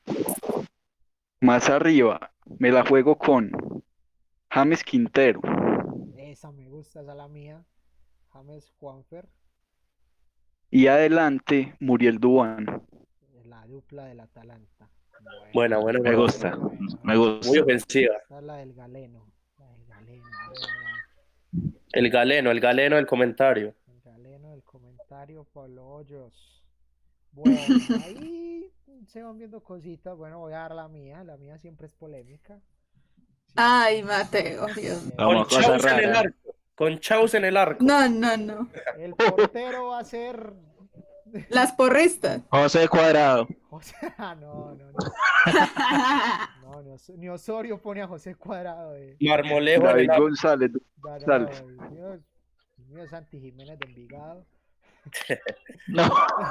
Más arriba, me la juego con James Quintero. Esa me gusta, esa es la mía. James Juanfer, Y adelante, Muriel Dubán. la dupla del Atalanta. Buena, buena Me gusta, Bueno, me Muy gusta. ofensiva. esta es la del Galeno. La del Galeno. Ay, ay, ay. El galeno del comentario. El Galeno del comentario, Pablo Hoyos. Bueno, ahí se van viendo cositas. Bueno, voy a dar la mía. La mía siempre es polémica. Ay, Mateo, Dios. Como Con cosa Chaus en el rara. arco. Con Chaus en el arco. No, no, no. El portero va a ser. Las porristas. José Cuadrado. O sea, no, no, no. No, no, ni Osorio pone a José Cuadrado. Marmolejo en David el arco. González. No, no, González. el mío es Santi Jiménez de Envigado. No.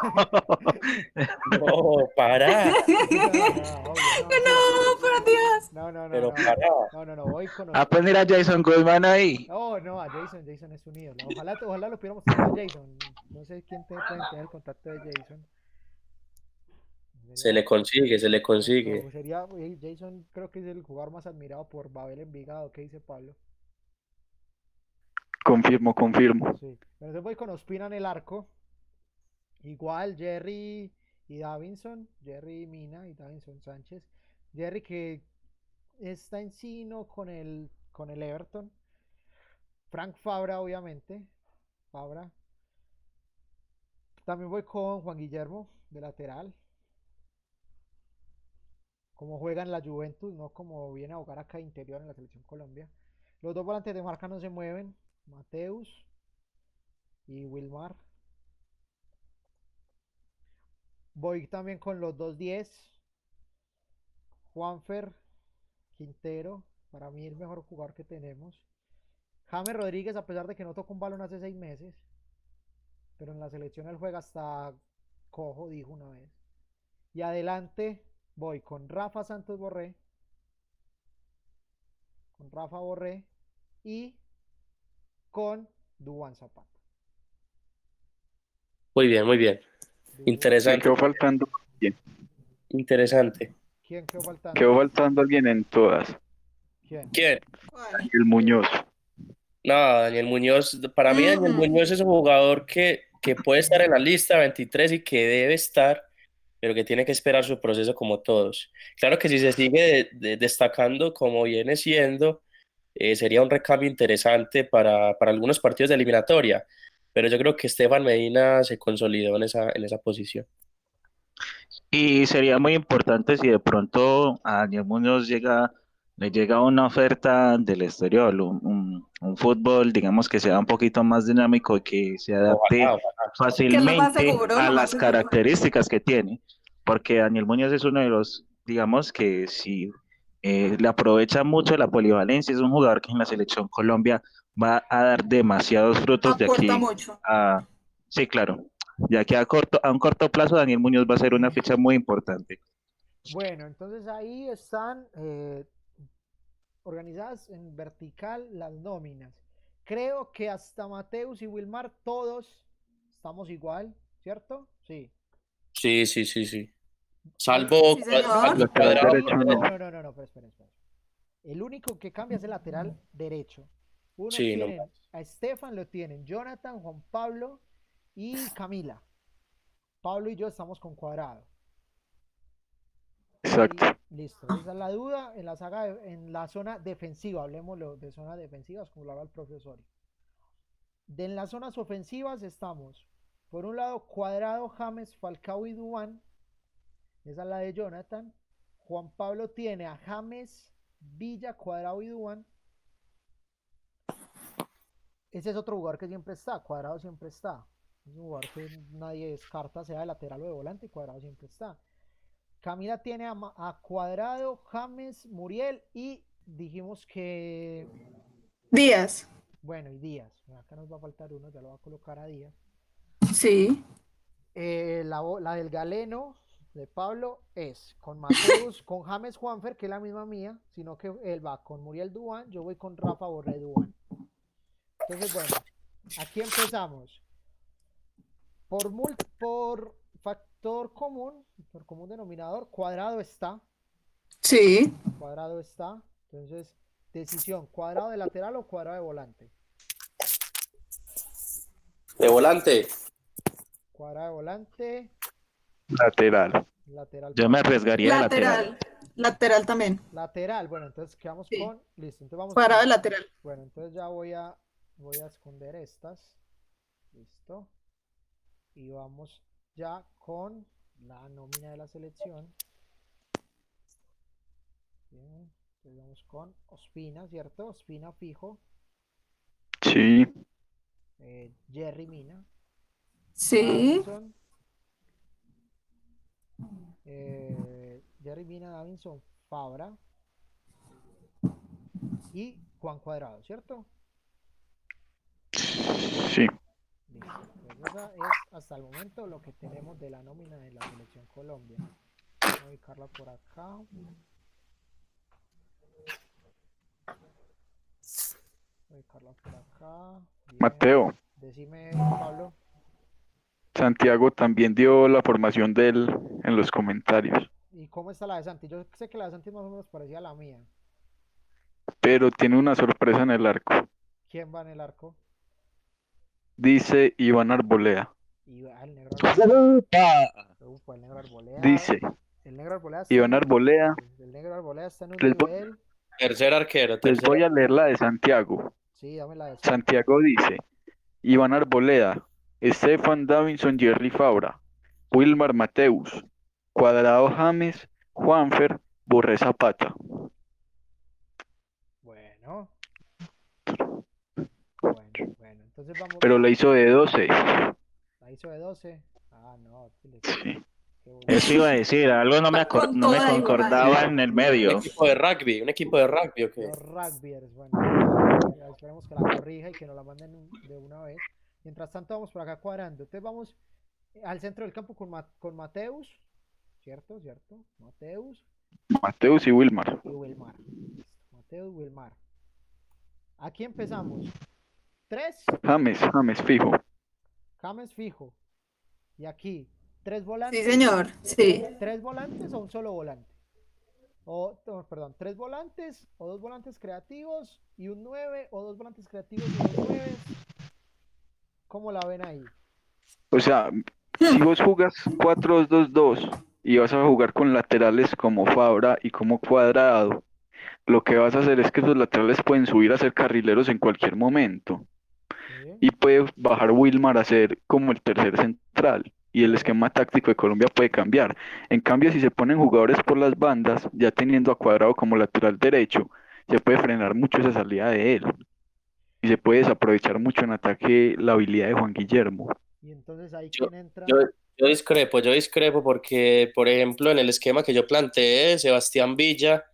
No, pará. No, obvio, No, por Dios. no, Pero pará. no, voy con A poner a Jason Goldman ahí. No, a Jason es un ídolo. Ojalá lo pudiéramos tener a Jason. No sé quién te puede tener el contacto de Jason. Se le consigue, se le consigue. Jason creo que es el jugador más admirado por Babel Envigado. ¿Qué dice Pablo? Confirmo. Sí. Entonces voy con Ospina en el arco. Igual Jerry y Davinson. Jerry Mina y Davinson Sánchez. Jerry que está en Sino con el Everton. Frank Fabra, obviamente. Fabra. También voy con Juan Guillermo de lateral. Como juega en la Juventus, no como viene a jugar acá interior en la selección Colombia. Los dos volantes de marca no se mueven. Mateus y Wilmar. Voy también con los 2-10. Juanfer, Quintero. Para mí el mejor jugador que tenemos. James Rodríguez, a pesar de que no tocó un balón hace 6 meses. Pero en la selección él juega hasta cojo, dijo una vez. Y adelante voy con Rafa Santos Borré. Con Rafa Borré. Y con Duván Zapata. Muy bien, muy bien. Me Interesante. quedó faltando alguien. Interesante. ¿Quién quedó faltando? Quedó faltando alguien en todas. ¿Quién? ¿Cuál? El Muñoz. No, Daniel Muñoz, para mí Daniel Muñoz es un jugador que puede estar en la lista 23 y que debe estar, pero que tiene que esperar su proceso como todos. Claro que si se sigue destacando como viene siendo, sería un recambio interesante para algunos partidos de eliminatoria, pero yo creo que Estefan Medina se consolidó en esa posición. Y sería muy importante si de pronto a Daniel Muñoz le llega una oferta del exterior, un fútbol, digamos, que sea un poquito más dinámico y que se adapte Ojalá, ojalá. Que es lo más fácilmente seguro, a lo más las seguro. características que tiene. Porque Daniel Muñoz es uno de los, digamos, que si le aprovecha mucho la polivalencia, es un jugador que en la selección Colombia va a dar demasiados frutos de Aporta aquí mucho. a... Sí, claro. Ya que a un corto plazo Daniel Muñoz va a ser una ficha muy importante. Bueno, entonces ahí están organizadas en vertical las nóminas. Creo que hasta Mateus y Wilmar todos estamos igual, ¿cierto? Sí. Sí, sí, sí, sí. Salvo Sí, señor. salvo Cuadrado. Derecho no. No, pero espera. El único que cambia es el lateral derecho. Uno Sí, no. tienen a Estefan, lo tienen Jonathan, Juan Pablo y Camila. Pablo y yo estamos con Cuadrado. Exacto. Y listo, esa es la duda en la saga en la zona defensiva, hablemoslo de zonas defensivas como lo haga el profesor. En las zonas ofensivas estamos, por un lado, Cuadrado, James, Falcao y Duván. Esa es la de Jonathan. Juan Pablo tiene a James, Villa, Cuadrado y Duván. Ese es otro jugador que siempre está, Cuadrado siempre está. Es un jugador que nadie descarta, sea de lateral o de volante, y Cuadrado siempre está. Camila tiene a Cuadrado, James, Muriel y dijimos que... Díaz. Bueno, y Díaz. Acá nos va a faltar uno, ya lo va a colocar a Díaz. Sí. La del Galeno de Pablo es con Mateus, con James Juanfer, que es la misma mía, sino que él va con Muriel Dubán, yo voy con Rafa Borré Dubán. Entonces, bueno, aquí empezamos. Por factor común denominador, cuadrado está. Sí. Cuadrado está. Entonces, decisión, cuadrado de lateral o cuadrado de volante. De volante. Cuadrado de volante, Lateral. lateral. Yo me Pablo. arriesgaría de lateral. Lateral. Lateral también. Lateral, bueno, entonces quedamos Sí. con. Listo, entonces vamos Cuadrado con. de lateral. Bueno, entonces ya voy a esconder estas. Listo. Y vamos ya con la nómina de la selección. Bien, entonces vamos con Ospina, ¿cierto? Ospina fijo. Sí. Jerry Mina. Sí. Davinson. Jerry Mina, Davinson, Fabra. Y Juan Cuadrado, ¿cierto? Sí. Listo. Pues esa es hasta el momento lo que tenemos de la nómina de la selección Colombia. Voy a ubicarla por acá. Voy a ubicarla por acá. Bien. Mateo, Decime, Pablo. Santiago también dio la formación de él en los comentarios, ¿Y cómo está la de Santi? Yo sé que la de Santi más o menos parecía a la mía. pero tiene una sorpresa en el arco. ¿Quién va en el arco? Dice Iván Arboleda. Y el negro Arboleda. El negro Arboleda. Dice El negro Arboleda está Iván Arboleda. el negro Arboleda está en un Les voy, nivel. Tercer arquero, les tercer voy a leer la de Santiago. Sí, dame la de Santi. Santiago dice, Iván Arboleda, Estefan Davinson, Jerry Fabra, Wilmar Mateus, Cuadrado James, Juanfer, Borré Zapata. Bueno. Bueno. Entonces vamos. Pero le hizo de 12. La hizo de 12. Ah, no. Sí. Qué bueno. Eso iba a decir, algo no me, Va con no me toda, hijo de concordaba madre. en el medio. un equipo de rugby, ¿o qué? Los rugbyers, bueno, ya esperemos que la corrija y que nos la manden de una vez. Mientras tanto, vamos por acá cuadrando. Entonces vamos al centro del campo con Mateus, ¿cierto? Mateus y Wilmar. Y Wilmar. Listo. Mateus, Wilmar. Aquí empezamos. 3, James, fijo. James fijo. Y aquí, 3 volantes. Sí, señor. Sí. 3 volantes o un solo volante. Perdón, 3 volantes o 2 volantes creativos y un 9 o 2 volantes creativos y 2 9. ¿Cómo la ven ahí? O sea, si vos jugas 4-2-2 y vas a jugar con laterales como Fabra y como Cuadrado, lo que vas a hacer es que esos laterales pueden subir a ser carrileros en cualquier momento. ¿Sí? Y puede bajar Wilmar a ser como el tercer central. Y el esquema táctico de Colombia puede cambiar. En cambio, si se ponen jugadores por las bandas, ya teniendo a Cuadrado como lateral derecho, se puede frenar mucho esa salida de él. Y se puede desaprovechar mucho en ataque la habilidad de Juan Guillermo. Y entonces ahí Yo, quién entra. yo discrepo porque, por ejemplo, en el esquema que yo planteé, Sebastián Villa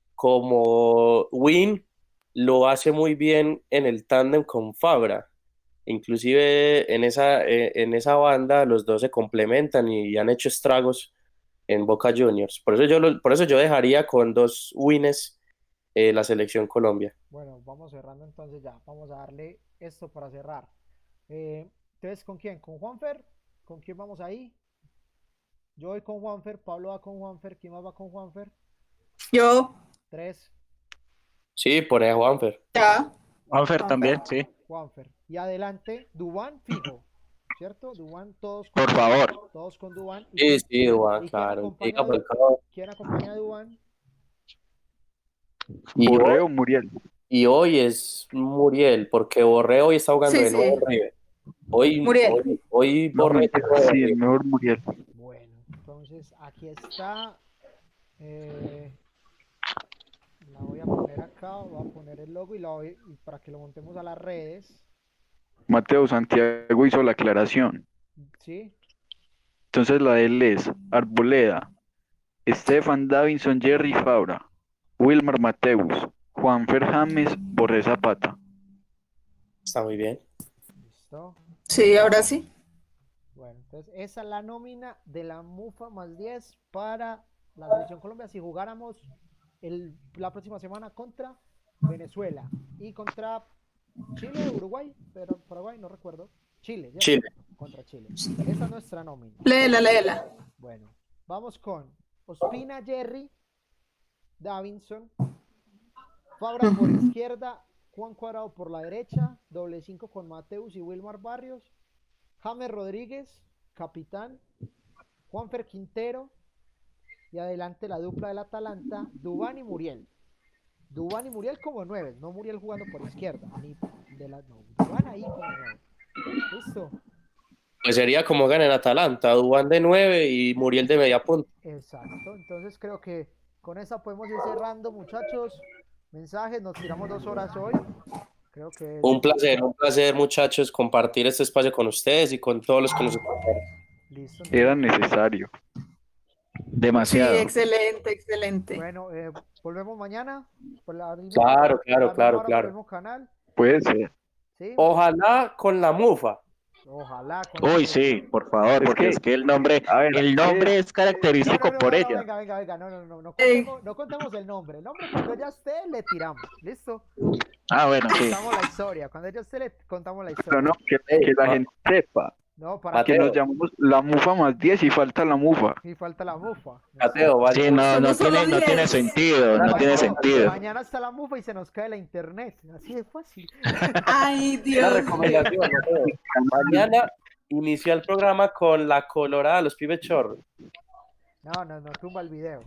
como win lo hace muy bien en el tándem con Fabra. Inclusive en esa banda los dos se complementan y han hecho estragos en Boca Juniors. Por eso yo dejaría con 2 wins la selección Colombia. Bueno, vamos cerrando entonces ya. Vamos a darle esto para cerrar. Entonces, ¿con quién? ¿Con Juanfer? ¿Con quién vamos ahí? Yo voy con Juanfer, Pablo va con Juanfer, ¿quién más va con Juanfer? Yo. 3, Sí, por ahí Juanfer. Ya. Juanfer también, sí. Juanfer. Y adelante, Duván fijo, ¿cierto? Duván, todos Por favor. Todos con Duván. Sí, Duván, ¿y claro. quién acompaña a Duván? Borré o Muriel. Y hoy es Muriel, porque Borré hoy está jugando Sí, de nuevo sí. en River. Hoy Muriel. No, Borré mentira, sí, el mejor Muriel. Bueno, entonces aquí está. La voy a poner acá, voy a poner el logo y para que lo montemos a las redes. Mateo Santiago hizo la aclaración. ¿Sí? Entonces la de él es Arboleda, Estefan Davinson, Jerry Fabra, Wilmar Mateus, Juanfer James, Borré Zapata. Está muy bien. Listo. Sí, ahora sí. Bueno, entonces esa es la nómina de la MUFA más 10 para la selección Colombia si jugáramos la próxima semana contra Venezuela y contra Chile, Uruguay, pero Paraguay no recuerdo. Chile, ¿ya? Chile. Contra Chile. Esa es nuestra nómina. Léela. Bueno, vamos con Ospina, Jerry, Davinson, Fabra por izquierda, Juan Cuadrado por la derecha, doble 5 con Mateus y Wilmar Barrios, James Rodríguez, capitán, Juanfer Quintero, y adelante la dupla del Atalanta, Duván y Muriel. Duván y Muriel como 9, no Muriel jugando por izquierda, ni de la, no, Duván ahí como 9. ¿Listo? Pues sería como gana en Atalanta, Duván de 9 y Muriel de media punta. Exacto, entonces creo que con esa podemos ir cerrando, muchachos. Mensajes, nos tiramos 2 horas hoy. Creo que Un placer, muchachos, compartir este espacio con ustedes y con todos los que nos escuchan. listo. Era necesario. Sí, Demasiado. excelente. Bueno, volvemos mañana por la misma Claro, por la misma hora, por el claro. mismo canal. Puede ser. ¿Sí? Ojalá con la mufa. Ojalá. Uy, sí, por favor, Es porque que- es que el nombre A ver, es característico por ella. Venga, no contemos el nombre. El nombre cuando ya esté le tiramos. ¿Listo? Ah, bueno, sí. Contamos la historia. Cuando ya esté le contamos la Pero historia. no, que la gente sepa No, para que Mateo. nos llamamos la mufa más 10 y falta la mufa. y falta la mufa. Mateo, vaya. Sí, no Somos solo tiene 10. sentido, no tiene sentido. Mañana está la mufa y se nos cae la internet. Así de fácil. Ay, Una Dios. recomendación, Mateo. Mañana inicia el programa con la colorada, los pibes chorros. No, tumba el video.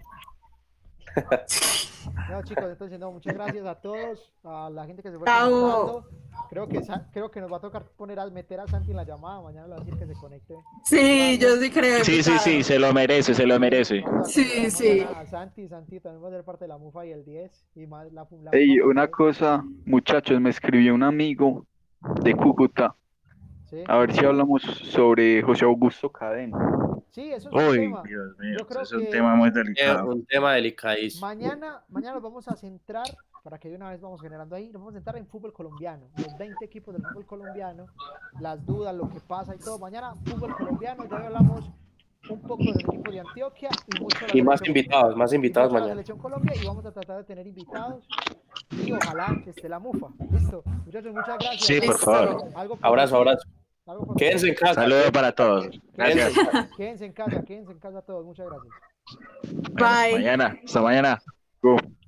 No, chicos, entonces no, muchas gracias a todos, a la gente que se fue Chao. conectando. Creo que nos va a tocar meter a Santi en la llamada, mañana le voy a decir que se conecte. Sí, yo sí creo. Sí, se lo merece. Vamos a Sí, tener sí. a Santi también va a ser parte de la MUFA y el 10 y más la Ey, MUFA una más 10. cosa, muchachos, me escribió un amigo de Cúcuta. ¿Sí? A ver si hablamos sobre José Augusto Cadena. Sí, eso es un Uy, tema. Dios mío, Yo creo es un que tema muy delicado. Un tema delicadísimo. Mañana nos vamos a centrar, para que de una vez vamos generando ahí, nos vamos a centrar en fútbol colombiano, los 20 equipos del fútbol colombiano, las dudas, lo que pasa y todo. Mañana fútbol colombiano, ya hablamos un poco del equipo de Antioquia y mucho de la Y más selección- invitados y mucho de la mañana. selección Colombia y vamos a tratar de tener invitados y ojalá que esté la MUFA. Listo, muchachos, muchas gracias. Sí, por Listo. favor. Algo por Abrazo, decir, abrazo. algo por Quédense en decir. casa. Saludos para todos. Gracias. Quédense en casa todos, muchas gracias. Bye. Hasta mañana. Go.